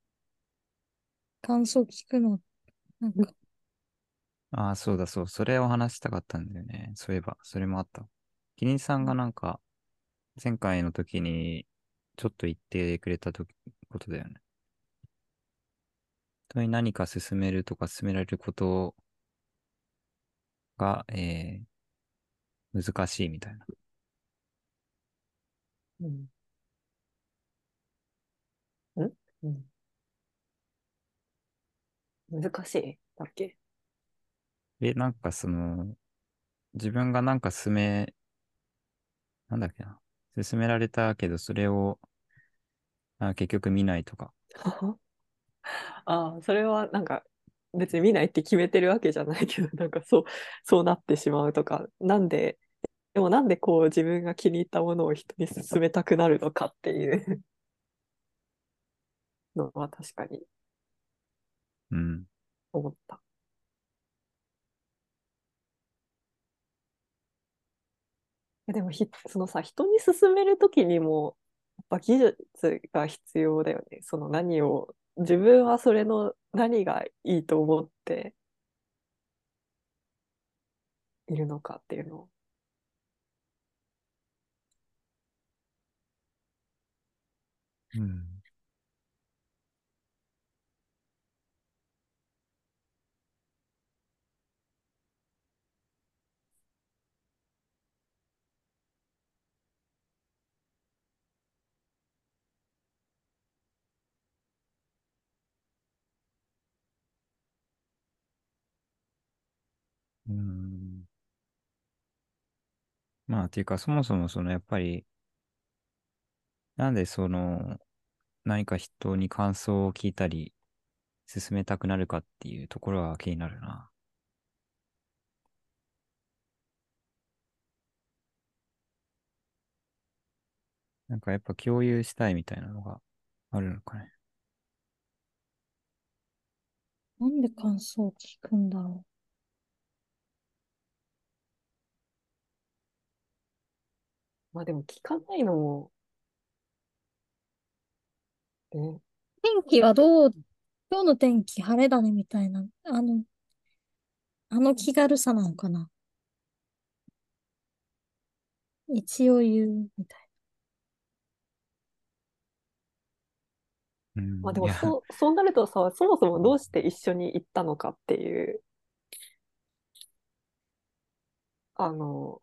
感想を聞くの、なんか、 ああ、そうだそう。それを話したかったんだよね。そういえば、それもあった。キリンさんがなんか、前回の時に、ちょっと言ってくれたとことだよね。人に何か勧めるとか勧められることが、えー、難しいみたいな。 うん。んうん。難しいだっけ？ で、なんかその、自分がなんか勧め、なんだっけな。勧められたけど、それを、あ、結局見ないとか。 ああ、それはなんか別に見ないって決めてるわけじゃないけど、なんかそう、そうなってしまうとか、なんで、でもなんでこう自分が気に入ったものを人に勧めたくなるのかっていうのは確かにうん。 思った。えでもひ、そのさ、人に勧めるときにも、やっぱ技術が必要だよね。その何を、自分はそれの何がいいと思っているのかっていうのを。 うん。うん。まあ、っていうか、そもそもその、やっぱり、なんでその、何か人に感想を聞いたり、進めたくなるかっていうところは気になるな。なんかやっぱ共有したいみたいなのがあるのかね。 なんで感想を聞くんだろまあでも聞かないのも、ね、 う。天気はどう、今日の天気晴れだねみたいな、あの、あの気軽さなのかな。一応言うみたいうん、 まあでいや、 もそう、そうなるとさ、そもそもどうして一緒に行ったのかっていう、あの、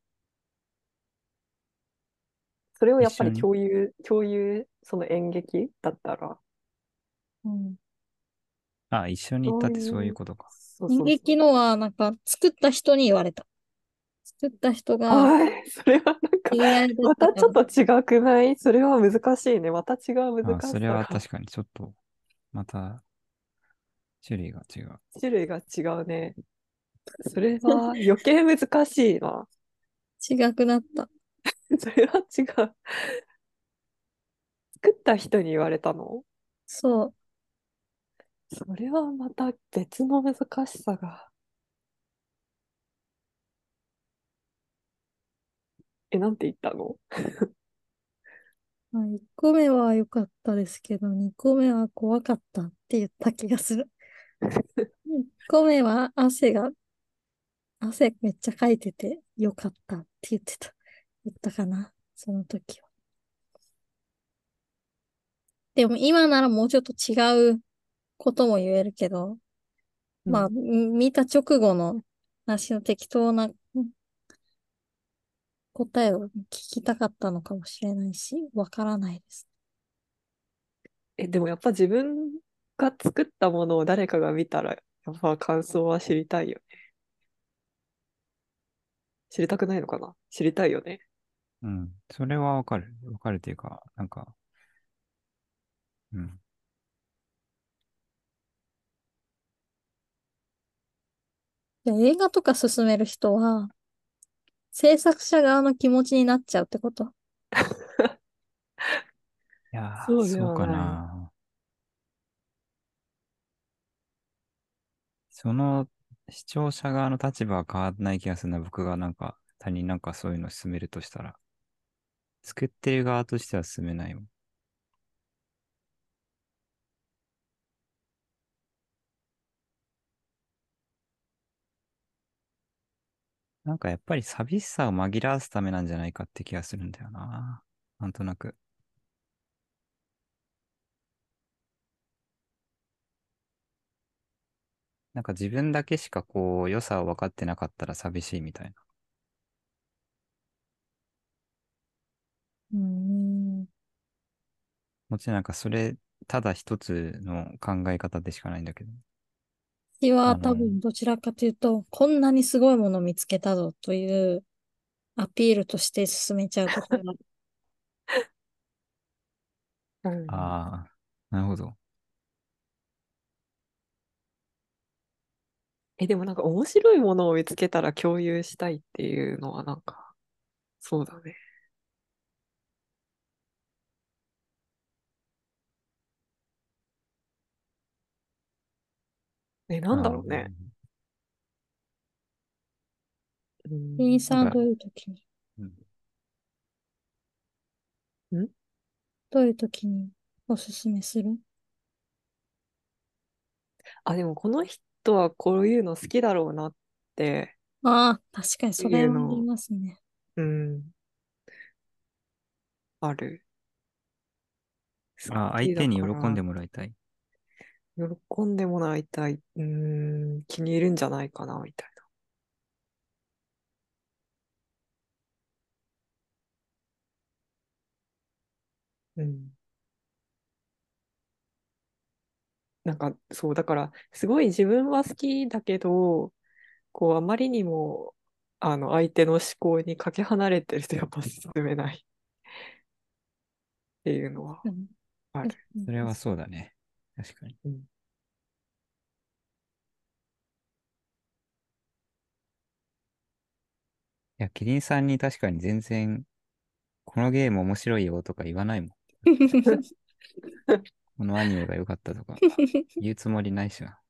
それをやっぱり一緒に、 共有、共有、その演劇だったら、 な。うん。 あ、一緒に行っそたってそういうういう、 ことか。 そう演そうそう。 劇のは、なんか、作った人に言われた。作った人がああ、それはなんか、 知り合いだっまたちょったから、 と違くない？それは難しいね。また違うあ、 難それしさが、 は確かにちょっと、また種類が違う。 種類が違うね。それは余計難しいな。 違くなった。 それは違う。作った人に言われたの？ そう。 それはまた別の難しさが。え、なんて言ったの？ まあ、いっこめは良かったですけど、にこめは怖かったって言った気がする。いっこめは汗が、汗めっちゃかいてて良かったって言ってた。言ったかな、その時は。でも今ならもうちょっと違うことも言えるけど、まあ、 うん。 み見た直後の話の適当な答えを聞きたかったのかもしれないし、わからないです。 え、でもやっぱ自分が作ったものを誰かが見たら、やっぱ感想は知りたいよね。知りたくないのかな？知りたいよね。 うん。それはわかる。わかるっていうか、なんか、うん。 で映画とか進める人は、制作者側の気持ちになっちゃうってこと？ いやー、 そうでそうかはない。 な。その視聴者側の立場は変わらない気がするな。僕がなんか他人なんかそういうの進めるとしたら。作ってる側としては進めないもん。なんかやっぱり寂しさを紛らわすためなんじゃないかって気がするんだよな。なんとなく。なんか自分だけしかこう良さを分かってなかったら寂しいみたいな。 うーん。 もちろんなんかそれ、ただ一つの考え方でしかないんだけど。 私はあの、 多分どちらかというと、こんなにすごいものを見つけたぞというアピールとして進めちゃうことが、 うん。 ああ、なるほど。 え、でもなんか面白いものを見つけたら共有したいっていうのはなんか、そうだね。え、なんだああ、 ろうね。う店員ん、なんか、 さんはどういう時に、 うん。 んどういう時におすすめする？ あ、でもこの人はこういうの好きだろうなってああ、確かにそれはありいうの、 ますね。 うん、ある。好あ、相きだ手に喜んでから、 もらいたい。 喜んでもらいたい。うん、気に入るんじゃないかな、みたいな。うん。なんか、そう、だから、すごい自分は好きだけど、こう、あまりにも、あの、相手の思考にかけ離れてるとやっぱ進めないっていうのはうん。 ある。 確かにそれはそうだね。確かに。いうん。 や、キリンさんに確かに全然、このゲーム面白いよとか言わないもん。だって、このアニメが良かったとか言うつもりないしな。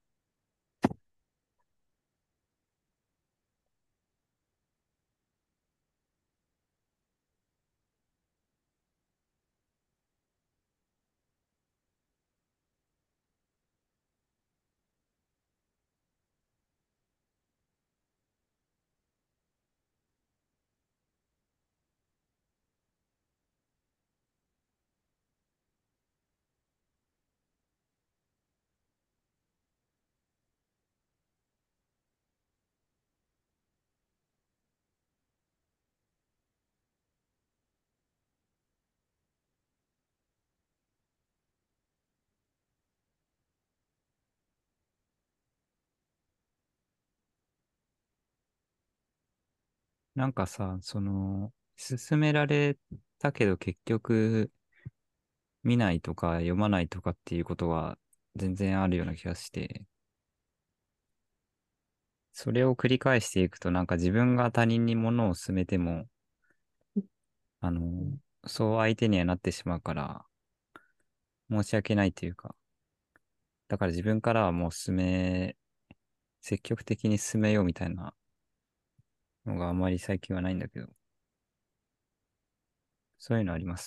なんかさ、その、勧められたけど結局見ないとか読まないとかっていうことは全然あるような気がして、それを繰り返していくとなんか自分が他人に物を勧めても、あの、 うん。 そう相手にはなってしまうから、申し訳ないというか、だから自分からはもう進め、積極的に進めようみたいなのがあんまり最近はないんだけど、そういうのあります？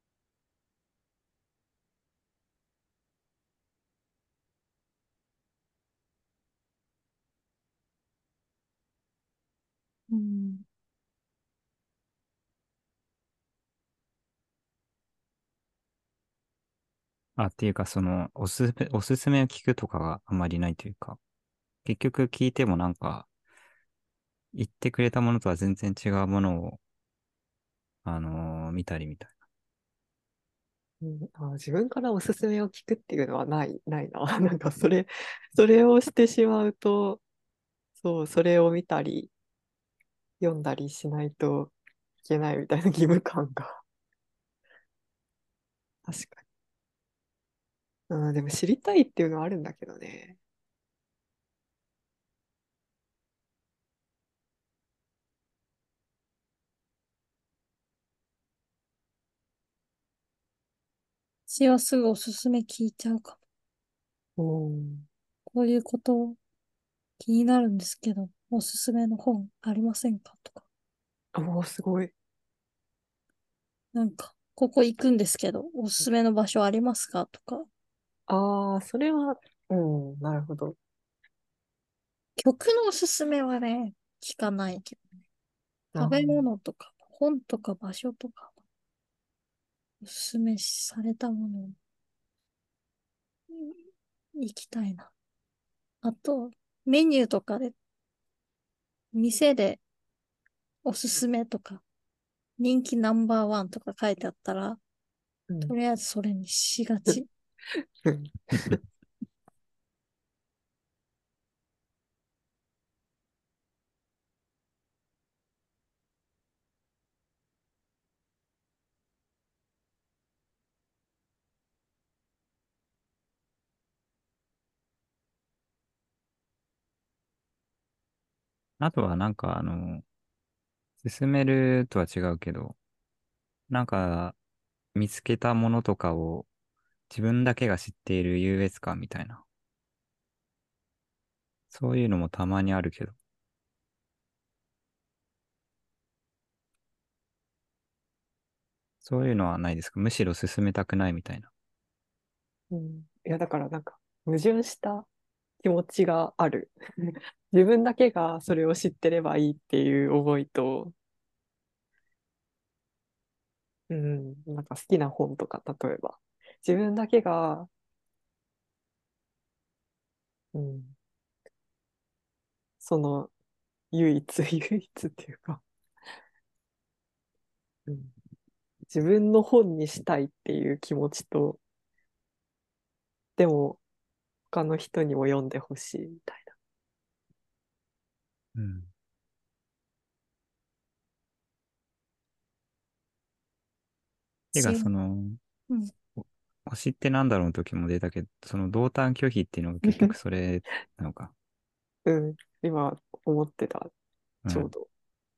うん。 あ、っていうか、その、おすすめ、おすすめを聞くとかがあんまりないというか、結局聞いてもなんか、言ってくれたものとは全然違うものを、あのー見たりみたいうん、あ、自分からおすすめを聞くっていうのはない、ないな。なんかそれ、それをしてしまうと、そう、それを見たり、読んだりしないといけないみたいな義務感が。確かに。うん、でも知りたいっていうのはあるんだけどね。 私はすぐおすすめ聞いちゃうかも。 うん。 こういうこと気になるんですけど、おすすめの本ありませんかとか。 おお、すごい。 なんか、ここ行くんですけど、おすすめの場所ありますかとか。 ああ、それは、うん、なるほど。 曲のおすすめはね、聞かないけど。 あ食べー物とか、本とか場所とか、おすすめされたものに行きたいな。あと、メニューとかで、店でおすすめとか、人気ナンバーワンとか書いてあったら、 うん。 とりあえずそれにしがち。 うんな。 あとはなんかあの、進めるとは違うけど、なんか見つけたものとかを自分だけが知っている優越感みたいな。そういうのもたまにあるけど。そういうのはないですか？むしろ進めたくないみたいな。 うん。いや、だからなんか、矛盾した気持ちがある。自分だけがそれを知ってればいいっていう思いと、うん、なんか好きな本とか、例えば、自分だけが、うん、その唯一、唯一っていうか、うん、自分の本にしたいっていう気持ちと、でも他の人にも読んでほしいみたいうん。てか、 私は、 その、 うん。 お推しってなんだろうの時も出たけど、その同担拒否っていうのが結局な。 それなのか。 うん、今思ってた、 うん。 ちょうど。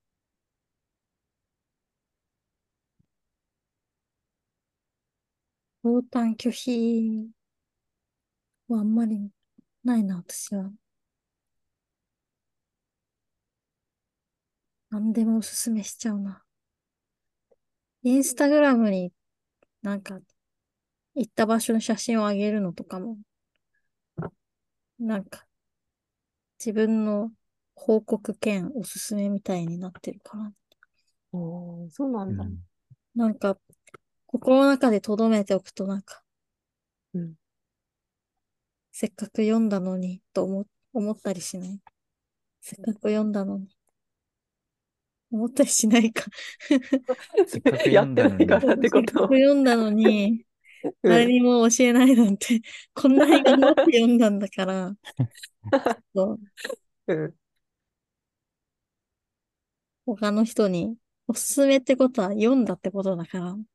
相談拒否はあんまりないな、私は。何でもおすすめしちゃうな。インスタグラムになんか行った場所の写真をあげるのとかも、なんか自分の報告兼おすすめみたいになってるから。 おー、そうなんだ。 うん。 なんか心の中で留めておくとなんかうん。 せっかく読んだのにと思、思ったりしない。せっかく読んだのに。思ったりしないか。 せっかく読やってなんだのに、 いからってせっかくこと読んだのに、 うん。 誰にも教えないなんて、こんなに頑張って読んだんだから、そううん。 他の人におすすめってことは読んだってことだから、そ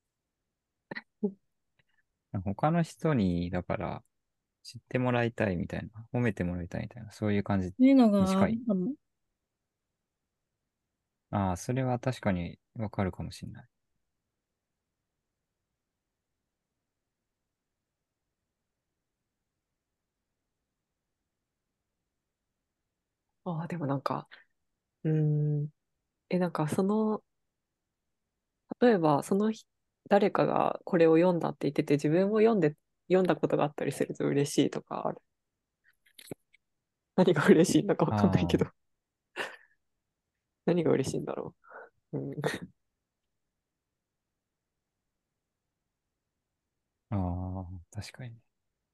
他の人に、だから、知ってもらいたいみたいな、褒めてもらいたいみたいな、そういう感じういうのがあに近い。 るかも。 ああ、それは確かにわかるかもしれない。 ああ、でもなんか、うーん。え、なんかその、例えばその日誰かがこれを読んだって言ってて、自分も読んで、読んだことがあったりすると嬉しいとかある。何が嬉しいのかわかんないけど、 あ何が嬉しいんだろう。うん。 あ、ああ、確かにね。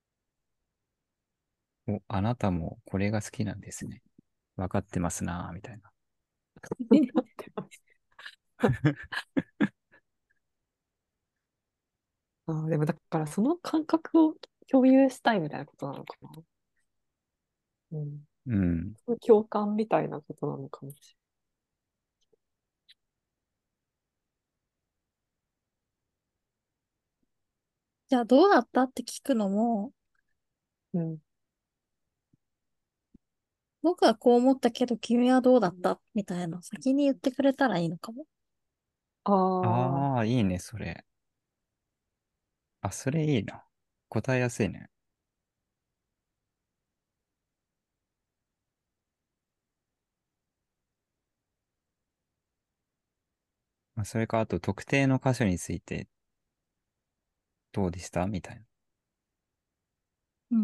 お、あなたもこれが好きなんですね。わかってますなー、みたいな。 なってます。あー、でもだからその感覚を共有したいみたいなことなのかな。うん。 うん。 その共感みたいなことなのかもしじゃあどうだったって聞くのも、 れない。うん。 僕はこう思ったけど君はどうだったみたいな先に言ってくれたらいいのかも。 ああ、 ああ、いいね、それ。あ、それいいな。答えやすいね。まあ、それか、あと特定の箇所についてどうでしたみたいな。 うん。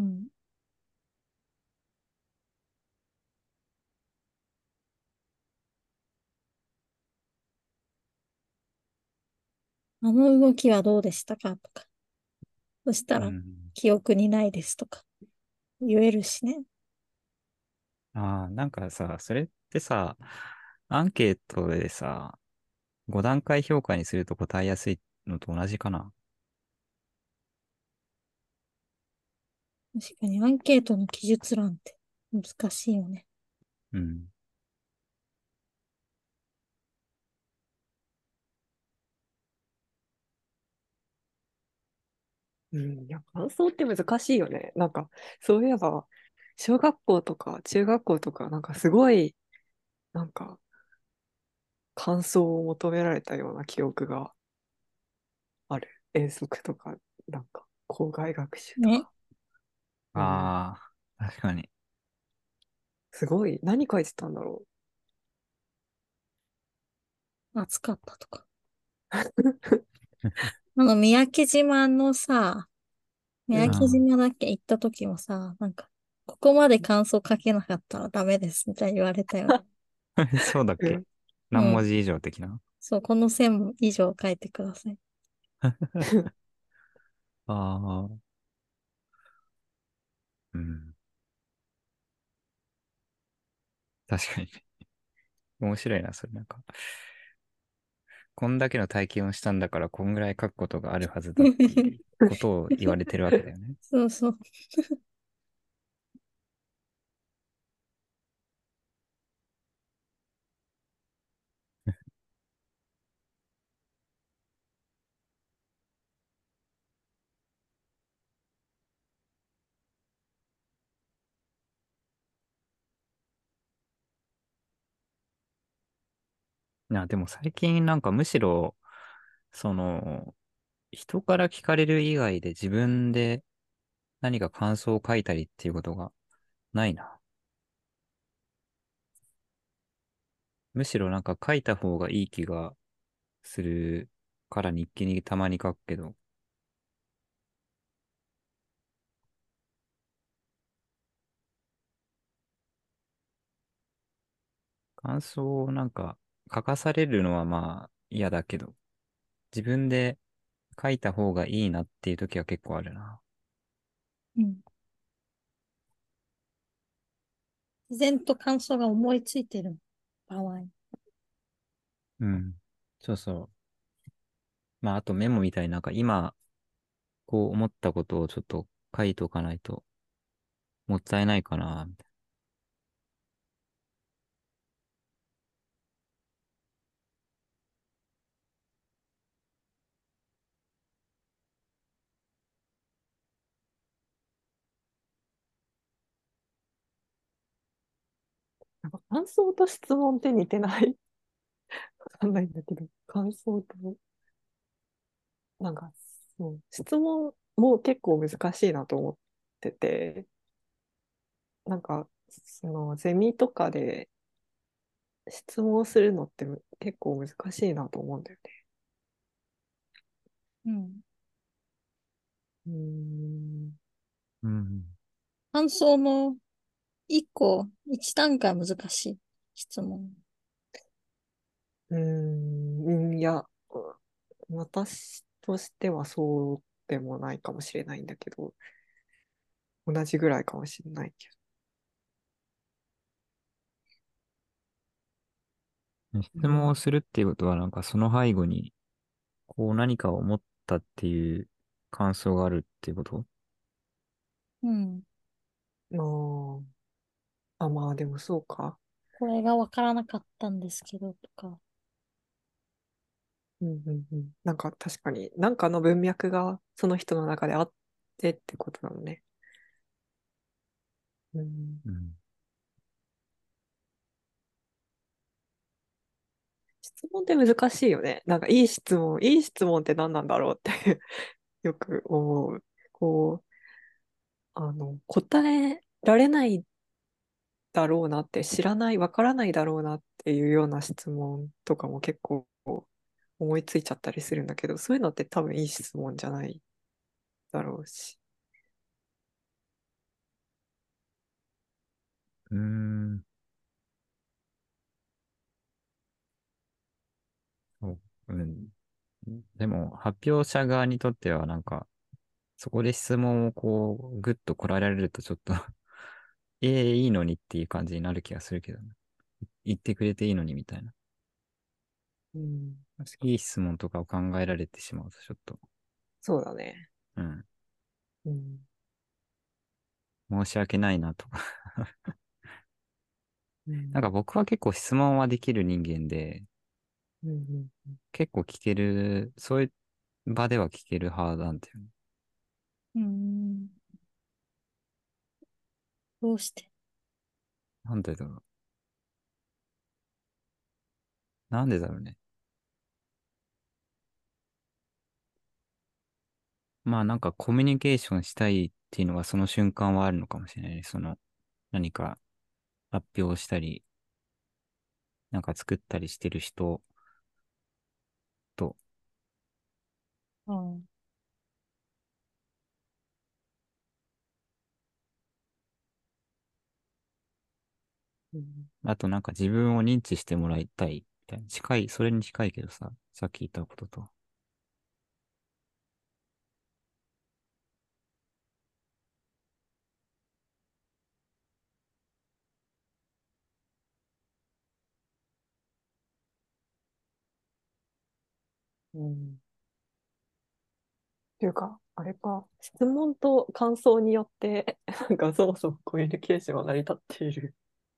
あの動きはどうでしたかとか。そしたら、 うん。 記憶にないですとか言えるしね。 ああ、なんかさ、それってさ、アンケートでさ、ご段階評価にすると答えやすいのと同じかな。 確かにアンケートの記述欄って難しいよね。 うん。 うん。いや、感想って難しいよね。なんか、そういえば、小学校とか中学校とか、なんかすごいなんか感想を求められたような記憶がある。遠足とか、なんか校外学習とね。 か。うん。 ああ、確かに。 すごい。何書いてたんだろ暑かったとか。 う。 あの、三宅島のさ、三うん。 宅島だっけ行った時もさ、なんか、ここまで感想書けなかったらダメですみたいに言われたよね。 そうだっけ？ うん。 うん。 何文字以上的な？ そう、この線以上書いてください。 ああ、うん。確かに。面白いな、それなんか。こんだけの体験をしたんだから、こんぐらい書くことがあるはずだっていうことを言われてるわけだよね。 そうそう。 いや、でも最近なんかむしろ、その、人から聞かれる以外で自分で何か感想を書いたりっていうことがないな。むしろなんか書いた方がいい気がするから日記にたまに書くけど、感想をなんか書かされるのはまあ嫌だけど、自分で書いた方がいいなっていう時は結構あるな。 うん。自然と感想が思いついてる場合。 うん。そうそう。まああとメモみたいになんか今こう思ったことをちょっと書いておかないともったいないかな、みたいなんか感想と質問って似てない？わかんないんだけど、感想と、なんか、そう、質問も結構難しいなと思ってて、なんか、そのゼミとかで質問するのって結構難しいなと思うんだよね。 うん。 うーん。 な。うん。 感想の一個、一段階難しい質問。 うーん、うんいや、私としてはそうでもないかもしれないんだけど、同じぐらいかもしれないけど。う質問をん。 するっていうことはなんかその背後にこう何かを思ったっていう感想があるっていうこと？ うん。 ああ、あ、まあでもそうか。 これがわからなかったんですけど、とか。 うんうんうん。なんか確かに、なんかの文脈がその人の中であってってことなのね。うん。 うん。 質問って難しいよね。なんかいい質問、いい質問って何なんだろうってよく思う。こう、あの、答えられないだろうなって、知らない、わからないだろうなっていうような質問とかも結構思いついちゃったりするんだけど、そういうのって多分いい質問じゃないだろうし。 うーん。そう。うん。でも発表者側にとってはなんかそこで質問をこうグッと来られるとちょっとええ、いいのにっていう感じになる気がするけどね。言ってくれていいのにみたいな。 うん、確かに。 いい質問とかを考えられてしまうとちょっと、 そうだね。 うん、 うん。 申し訳ないなとか。 うん。 なんか僕は結構質問はできる人間で、 うん。うん。 結構聞ける、そういう場では聞ける派なんだよね。 うん。どうして？ なんでだろう。 なんでだろうね。まあなんかコミュニケーションしたいっていうのがその瞬間はあるのかもしれないね。その何か発表したり、なんか作ったりしてる人と、 うん。 うん。 あとなんか自分を認知してもらいたいみたいな。近い、それに近いけどさ、さっき言ったことと。 うん。っていうか、あれか、質問と感想によって、なんかそもそもコミュニケーションは成り立っている。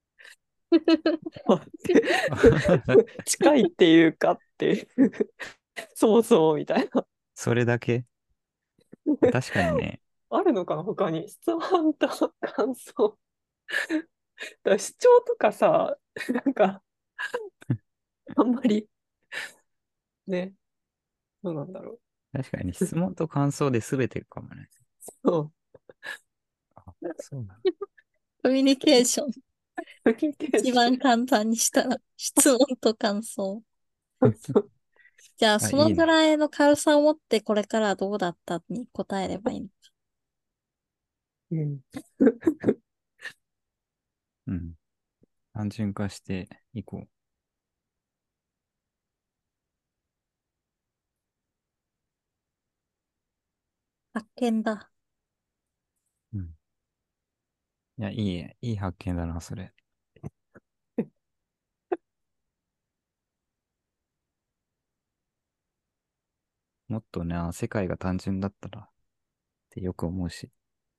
近いっていうかっていう、そもそもみたいな。 それだけ確かにね、 あるのかな、他に。質問と感想。だから主張とかさ、なんか、あんまりね、どうなんだろ確かに質問と感想で全てかもね。 う。そあ、そうなの。 コミュニケーション。 う。コミュニケー一ション。 番簡単にしたら、質問と感想。 そう。 じゃあ、 あ、 そのいいね。 ぐらいの軽さを持ってこれからはどうだったに答えればいいの。 うん。 うん。単純化していこ発見だ。 う。うん。いや、いいえ、いい発見だな、それ。もっとね、世界が単純だったらってよく思うし。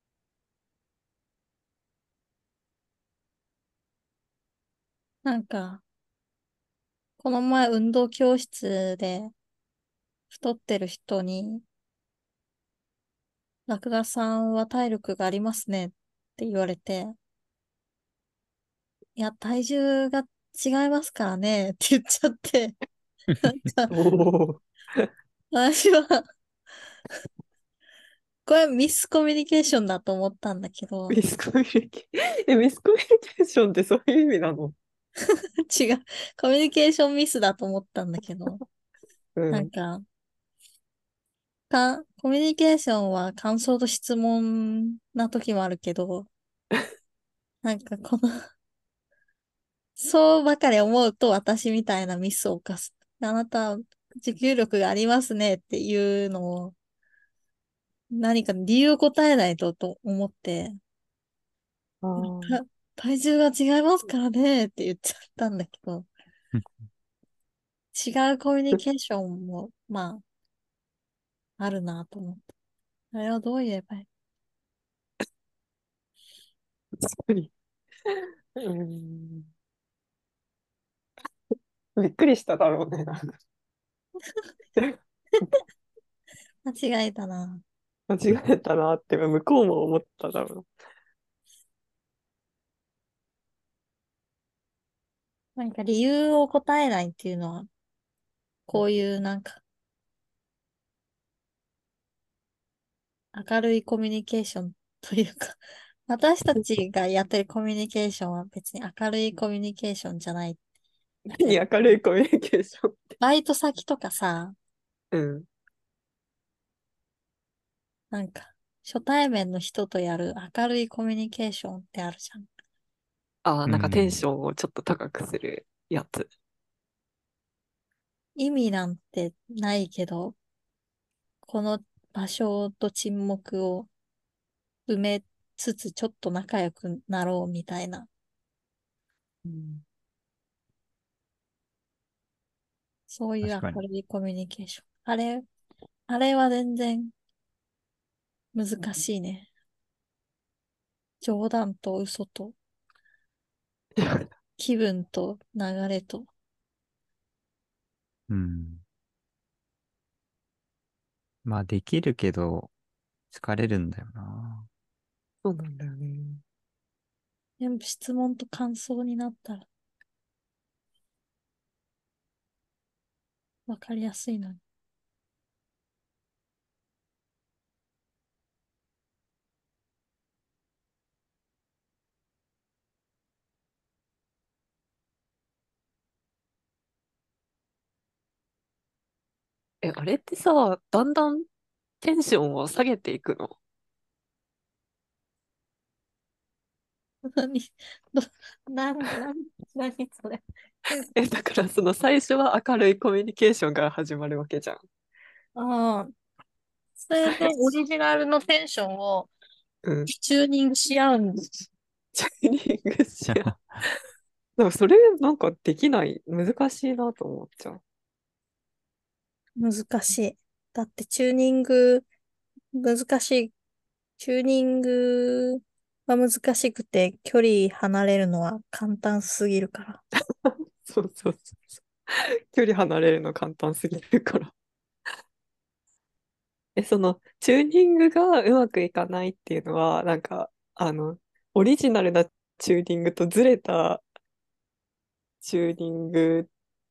なんか、この前運動教室で太ってる人に、ラクダさんは体力がありますねって言われて、いや、体重が違いますからねって言っちゃって、なんか、 おお。 私は、これミスコミュニケーションだと思ったんだけど、 ミスコミュニケー、え、ミスコミュニケーションってそういう意味なの？ 違う、コミュニケーションミスだと思ったんだけど、 うん。 なんか、か、コミュニケーションは感想と質問な時もあるけど、なんかこのそうばかり思うと私みたいなミスを犯す。あなた、持久力がありますねっていうのを、何か理由を答えないとと思って、 ああ、 た体重が違いますからねって言っちゃったんだけど、違うコミュニケーションも、まあ、あるなと思って。あれはどう言えばいい？ 確かに。うん。びっくりしただろうね。なんか間違えたな。 間違えたなって向こうも思っただろなんか理由を答えないっていうのは、こういうなんか明るいコミュニケーションというか、私たちがやってるコミュニケーションは別に明るいコミュニケーションじゃない。 う。何明るいコミュニケーションって。 バイト先とかさ、 うん。 なんか初対面の人とやる明るいコミュニケーションってあるじゃん。 ああ、 うなんかテンん。 ションをちょっと高くするやつ。 意味なんてないけど、この場所と沈黙を埋めつつちょっと仲良くなろうみたいな、 うん。 そういう確かに。 明るいコミュニケーション。あれ、あれは全然難しいね。冗談と嘘と気分と流れと。 うん。まあ、できるけど、疲れるんだよな。 そうなんだよね。 全部質問と感想になったら、 わかりやすいのに。 え、あれってさ、だんだんテンションを下げていくの？ 何、ど、なん、なん、何それ。 え、だからその最初は明るいコミュニケーションが始まるわけじゃん。 ああ、それでオリジナルのテンションをうん。 チューニングし合うんです。 チューニングしや。でもそれなんかできない、難しいなと思っちゃう。 難しい。だってチューニング、難しい。チューニングは難しくて、距離離れるのは簡単すぎるから。 そうそうそうそう。距離離れるの簡単すぎるから。え、その、チューニングがうまくいかないっていうのは、なんか、あの、オリジナルなチューニングとずれたチューニング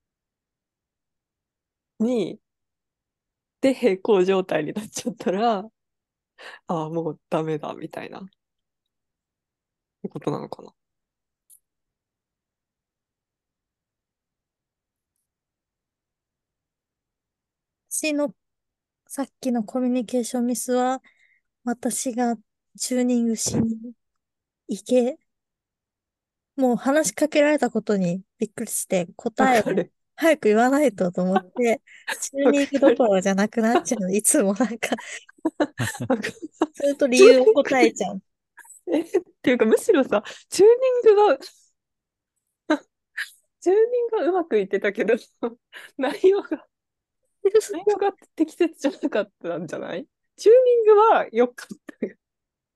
に、で平行状態になっちゃったら、ああ、もうダメだ、みたいな、ってことなのかな。 私のさっきのコミュニケーションミスは、私がチューニングしに行け、もう話しかけられたことにびっくりして答えをわかる。 早く言わないとと思って、チューわかニングどこる。 ろじゃなくなっちゃう。いつもなんか、 わかる。 それと理チュー由をニング、 答えちゃう。 え、っていうか、むしろさ、チューニングが、チューニングがうまくいってたけど、内容が、内容が適切じゃなかったんじゃない？チューニングは良かったよ。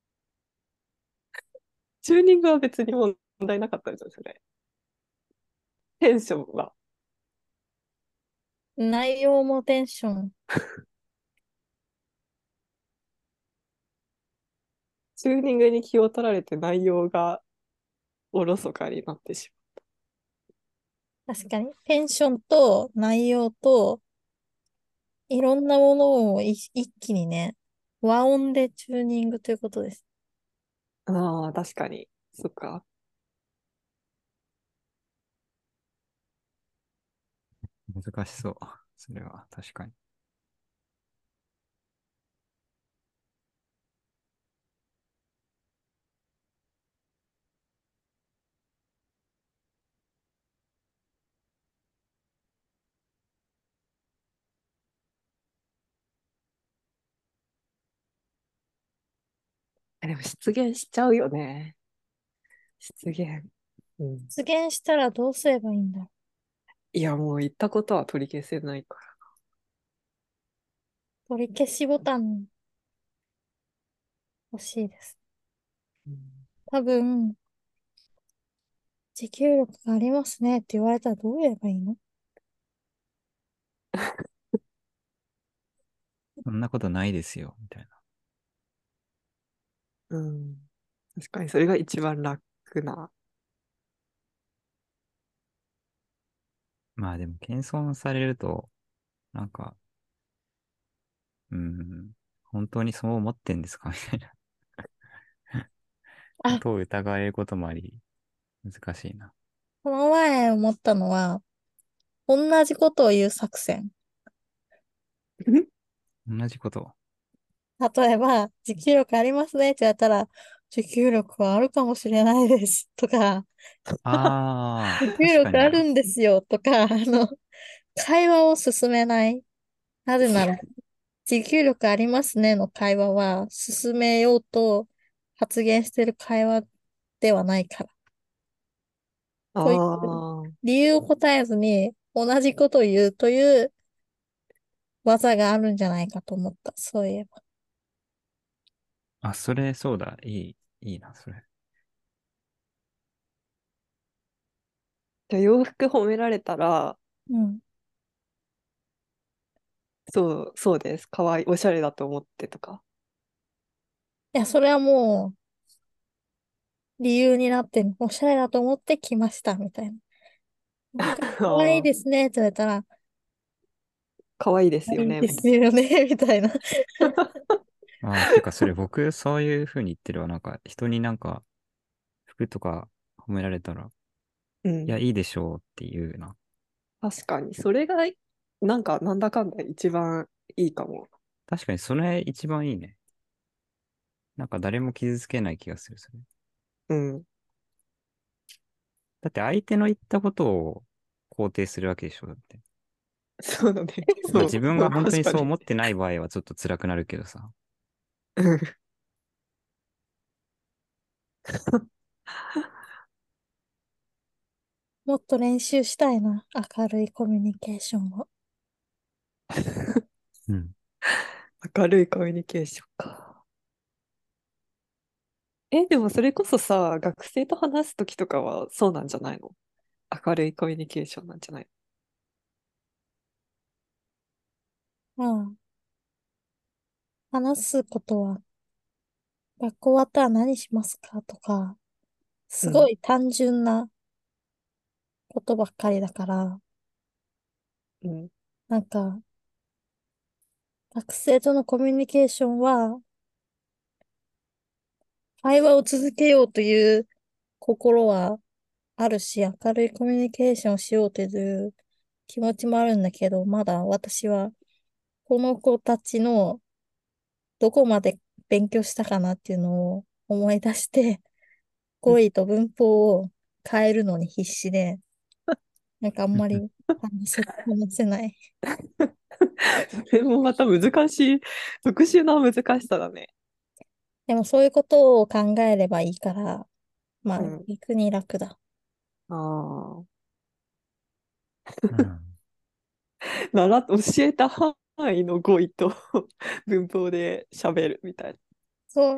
チューニングは別に問題なかったんじゃないそれ？テンションは。 内容もテンション。 チューニングに気を取られて内容がおろそかになってし確かに。テンションと内容といろんなものをい一気にね、和音でチューニングということです。 まう。ああ、確かに。そっか。 難しそう。それは確かに。 えでも出現しちゃうよね。出現。うん。 出現したらどうすればいいんだろいや、もう言ったことは取り消せないかう。取り消しボタン欲しいです。 ら。うん。 多分、持久力がありますねって言われたらどう言えばいいの？ そんなことないですよ、みたいな。 うん。確かにそれが一番楽な。 まあでも、謙遜されると、なんか、うん、本当にそう思ってんですかみたいなこあ、 とを疑えることもあり、難しいな。 この前思ったのは、同じことを言う作戦。 同じこと。 例えば、持久力ありますねって言われたら、持久力はあるかもしれないですとか、 ああ、 持久確かに。 力あるんですよとか、あの、会話を進めない。なぜなら、持久力ありますねの会話は進めようと発言してる会話ではないから。 あそういうあ。 理由を答えずに同じことを言うという技があるんじゃないかと思った。そういえば。 あ、それ、そうだ。いい、いいな、それ。 じゃあ洋服褒められたら、 うん。 そう、そうです。かわいい、おしゃれだと思ってとか。 いや、それはもう理由になってる、おしゃれだと思って来ましたみたいな。なんか可愛いああ。 ですねって言われたら、 可愛いですよね、 いいですみたいよね、みたいな。 ああ、てかそれ僕そういう風に言ってるわ。なんか人になんか服とか褒められたら、 な。ういや、 ん。 いいでしょうって言うな。 確かに。それが、なんか、なんだかんだ一番いいかも。 確かにそれ一番いいね。なんか誰も傷つけない気がする、それ。 うん。 だって相手の言ったことを肯定するわけでしょ、だって。 そうだね。 まあそう、 自分がそう、 本当にそう確かに。 思ってない場合はちょっと辛くなるけどさ。 うん。 もっと練習したいな。明るいコミュニケーションを。 うん。 明るいコミュニケーションか。え、でもそれこそさ、学生と話すときとかはそうなんじゃないの？明るいコミュニケーションなんじゃない？ まあ、話すことは、学校終わったら何しますかとか、すごうん。 い単純なことばっかりだから、 うん。 なんか、学生とのコミュニケーションは、会話を続けようという心はあるし、明るいコミュニケーションをしようという気持ちもあるんだけど、まだ私は、この子たちのどこまで勉強したかなっていうのを思い出して、語彙と文法を変えるのに必死で、なんかあんまり話せ、話せない。 それもまた難しい、特殊な難しさだね。 でもそういうことを考えればいいから、まあうん。 逆に楽だ。 ああ。 うん。 なら、教えた範囲の語彙と文法で喋るみたいな。 そう。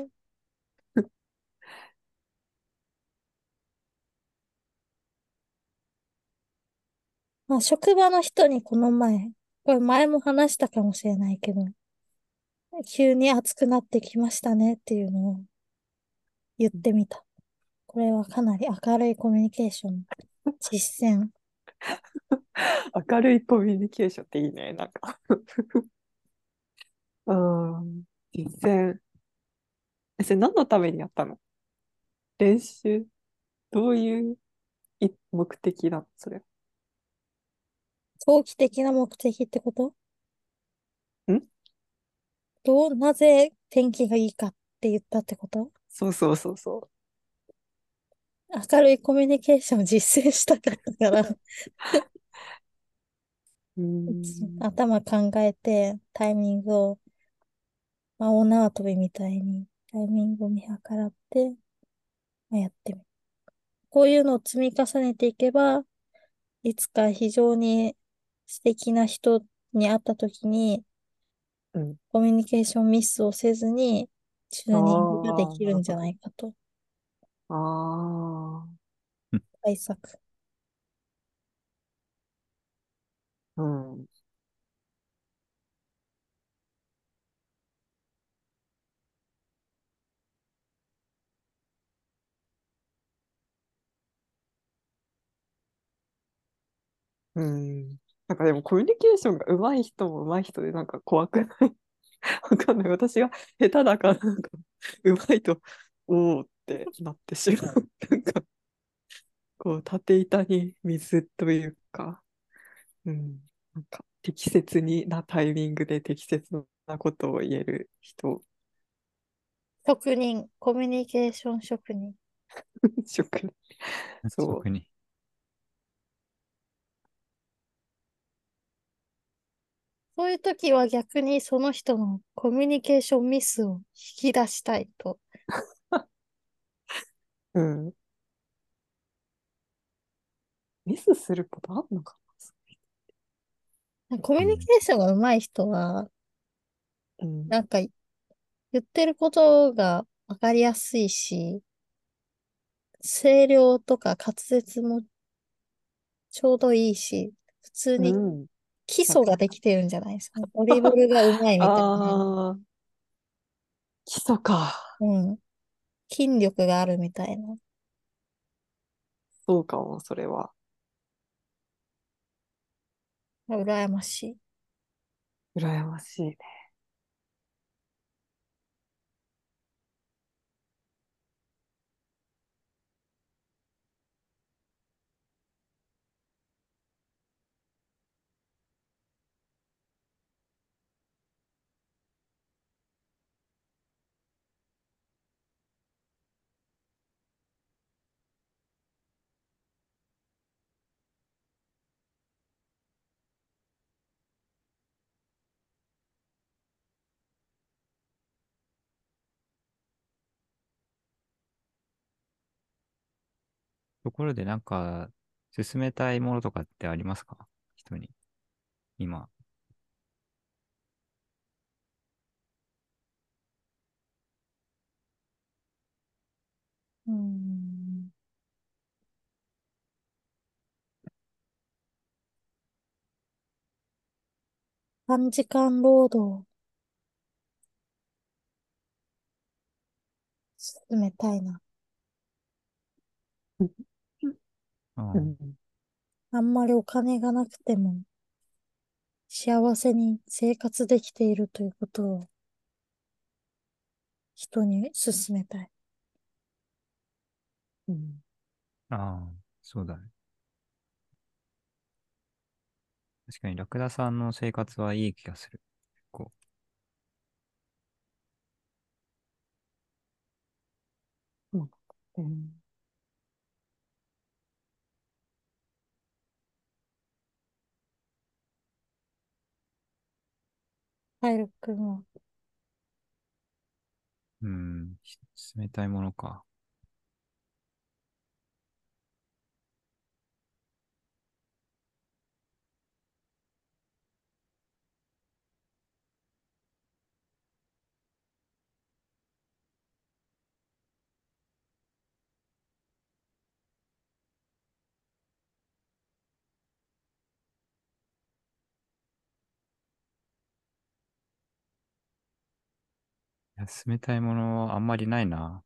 まあ職場の人にこの前、これ前も話したかもしれないけど、急に暑くなってきましたねっていうのを言ってみた。これはかなり明るいコミュニケーション実践。 明るいコミュニケーションっていいね、なんか。うん。実践。え、それ何のためにやったの？練習？どういうい目的なのそれ？ 長期的な目的ってこと？ んどう、なぜ天気がいいかって言ったってこと？ そうそうそうそ明るいコミュニケーションを実践したかったから、 う。うーん。 頭考えてタイミングを、まあ、大縄跳びみたいにタイミングを見計らって、まあ、やってみる。こういうのを積み重ねていけば、いつか非常に素敵な人に会った時に、 うん。 コミュニケーションミスをせずに、チュあーニングがであ、 きるんじゃなるほど。 ないかと。 ああ。 対策。 うん。うん。なんかでもコミュニケーションが上手い人も上手い人でなんか怖くない？わかんない。私が下手だからなんか上手いと、おおってなってしまう。なんかこう縦板に水というか、うん。なんか適切になタイミングで適切なことを言える人、 職人、コミュニケーション職人。 職人。そ特に。 そういう時は逆にその人のコミュニケーションミスを引き出したいと。 う。うん。ミスすることあんのかコミュニケうん。 ーションが上手い人は、 な？うん。 なんか言ってることがわかりやすいし、声量とか滑舌もちょうどいいし、普通うにん。 基礎がわかる。 できてるんじゃないですか。ドリブルが上手いみたいな。 ああ、基礎か。 うん。筋力があるみたいな。 そうかも、それは。 羨ましい。 羨ましいね。 ところでなんか、進めたいものとかってありますか？人に。今。 うーん。短時間労働進めたいな。 うん。 うん。 あんまりお金がなくても幸せに生活できているということを人に勧めたい。 うん。 ああ、そうだね。確かに、ラクダさんの生活はいい気がする。結構。 うんうん。 カイル君は。 うん。進めたいものか。いや進めたいものあんまりないな。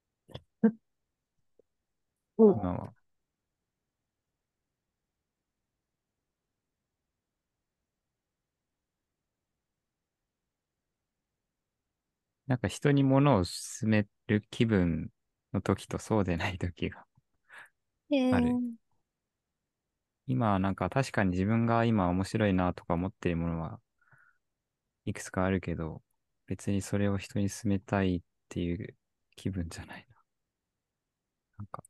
うん。 今は。なんか人に物を進める気分の時とそうでない時がえある。 ー、 今はなんか確かに自分が今面白いなとか思っているものはいくつかあるけど、別にそれを人に勧めたいっていう気分じゃないな。なんか、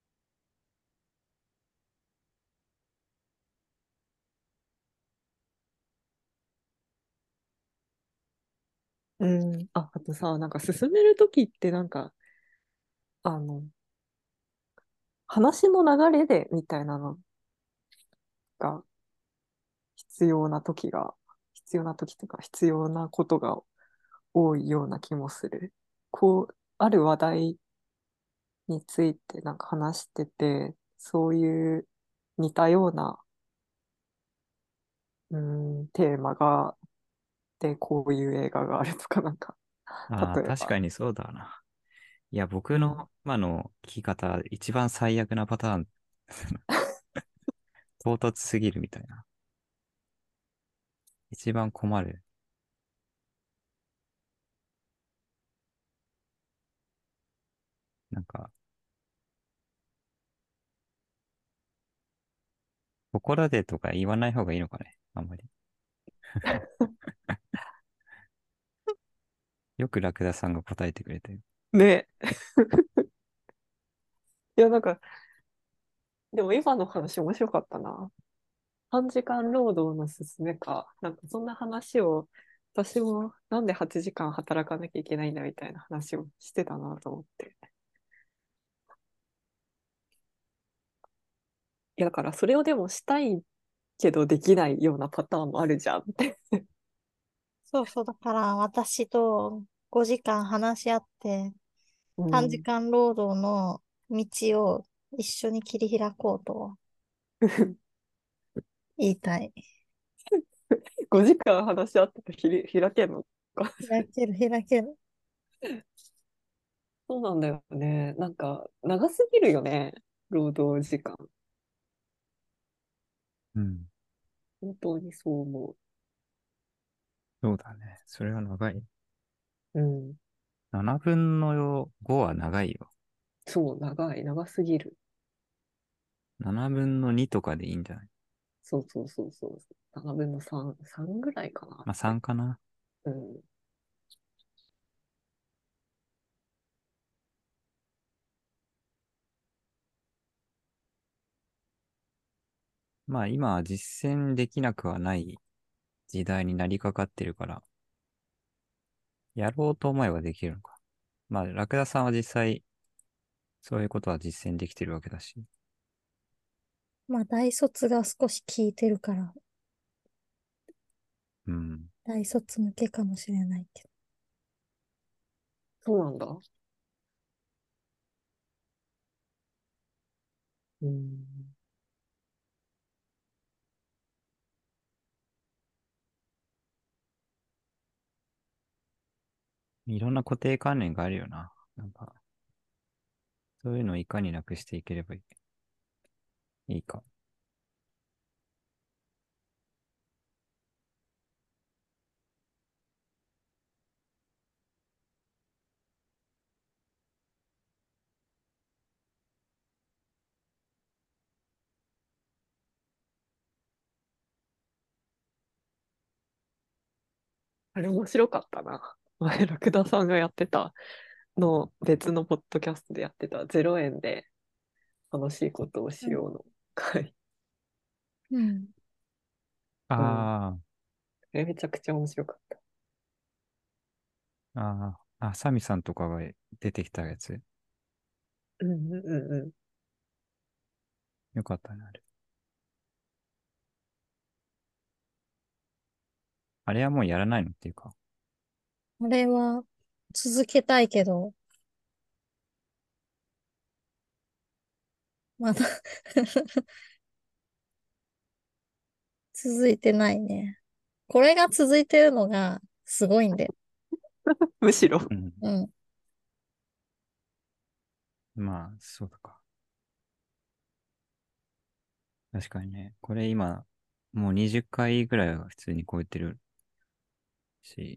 うん。あ、あとさ、なんか進めるときってなんか、あの、話の流れでみたいなのが必要なときが、必要なときとか必要なことが多いような気もする。こう、ある話題についてなんか話してて、そういう似たような、うん、テーマが、で、こういう映画があるとか、なんか、 ああ、 例えば、 確かにそうだな。いや、僕うん、 の今の聞き方、一番最悪なパターン、唐突すぎるみたいな。一番困る。なんか、ここらでとか言わない方がいいのかね。あんまり。よくラクダさんが答えてくれて。 ね。いや、なんか、でも今の話面白かったな。短時間労働の勧めか。なんかそんな話を、私もなんではちじかん働かなきゃいけないんだみたいな話をしてたなと思って。いや、だからそれをでもしたいけどできないようなパターンもあるじゃんって。 そうそう。だから私とごじかん話し合って短時うん。 間労働の道を一緒に切り開こうと言いたい。 ごじかん話し合っててひり開けんのか。 開ける、開ける。 そうなんだよね。なんか、長すぎるよね。労働時間。 うん。 本当にそう思う。 そうだね。それは長い。 うん。 ななぶんのごは長いよ。 そう、長い、長すぎる。 ななぶんのにとかでいいんじゃない？ そうそうそうそう。ななぶんのさん、さんぐらいかなまあって。 さんかな。 うん。 まあ今は実践できなくはない時代になりかかってるから、やろうと思えばできるのか。まあラクダさんは実際そういうことは実践できてるわけだし。 まあ、大卒が少し効いてるから、 うん。 大卒向けかもしれないけど。 そうなんだ。うん。 いろんな固定観念があるよな。なんか、そういうのをいかになくしていければいいか。 あれ面白かったな。前、ラクダさんがやってたの、別のポッドキャストでやってたゼロえんで楽しいことをしうん。 ようの回。 うん。 うん。 ああれめちゃくちゃ面白かった。 あ、ああ、あ、サミさんとかが出てきたやつ。 うんうんうんうん。 よかったね、あれ。あれはもうやらないのっていうか。 あれは続けたいけど、まだ続いてないね。これが続いてるのがすごいんだよ。 むしろ。 うん。 うん。 まあ、そうだか。確かにね。これ今、もうにじゅっかいぐらいは普通に超えてるし、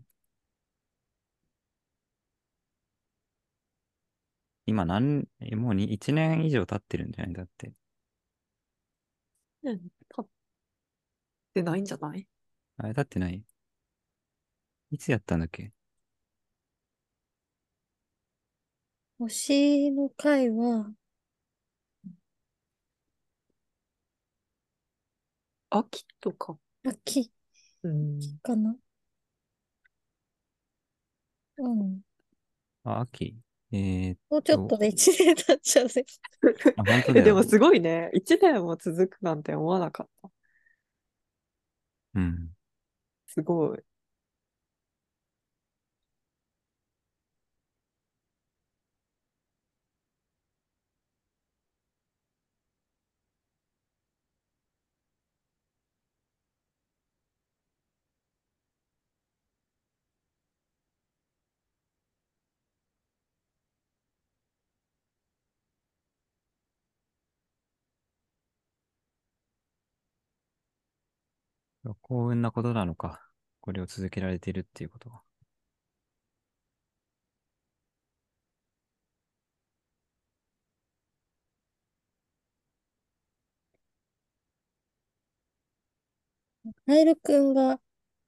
今何、えもうにいちねん以上経ってるんじゃない？だって。 うん、立ってないんじゃない？ あれ経ってない？いつやったんだっけ？ 星の回は秋とか。 秋うん。 かな。うん。 あ、秋。えーっもうちょっと、 とで一年経っちゃうぜ。 あ、本当え、 だよ。 でもすごいね。一年も続くなんて思わなかった。 うん。 すごい。 幸運なことなのか。これを続けられているっていうことは。 カエルくんが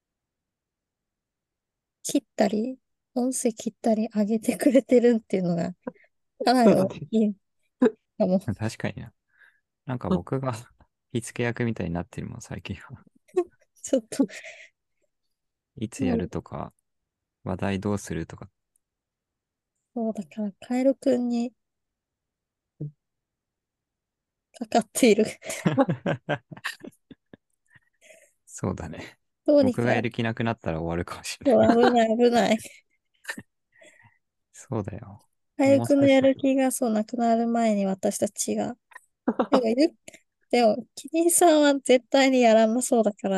切ったり、音声切ったり上げてくれてるっていうのがかなり大そうだね。 きいかも。 確かにな。なんか僕が火付け役みたいになってるもん、最近は。 ちょっと、 いつやもう、 るとか、話題どうするとか。 そうだから、カエルくんにかかっている。 そうだね。 どうにか、 僕がやる気なくなったら終わるかもしれない。 そう危ない危ない。 そうだよ。 カエルもうくんのやる少しだよ。 気がそうなくなる前に私たちが。でも、ゆでも、キリンさんは絶対にやらなそうだから、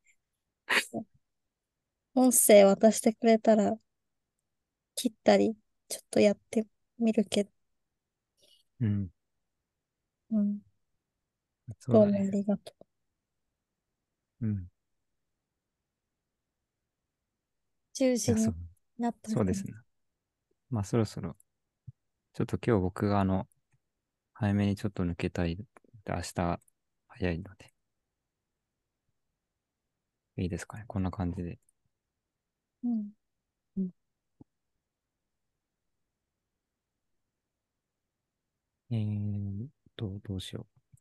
音声渡してくれたら切ったり、ちょっとやってみるけど、 うん。 うん、どうもあそうだね。 りがとうん。 10 いや、そ時にう、 なったので。 そうですね。まあ、そろそろ、ちょっと今日僕があの、早めにちょっと抜けたい。で、明日早いので、いいですかね。こんな感じで。 うん。 うん。 えーっと、どうしよ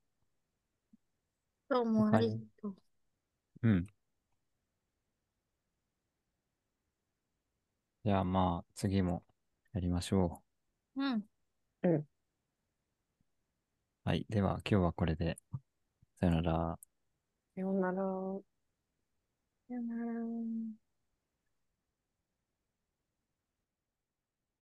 どうう。 もありが他に。 とう。 うん。じゃあまあ、次もやりましょうん。 うん。 う。はい。では、今日はこれで。さよなら。 さようなら。 さよなら。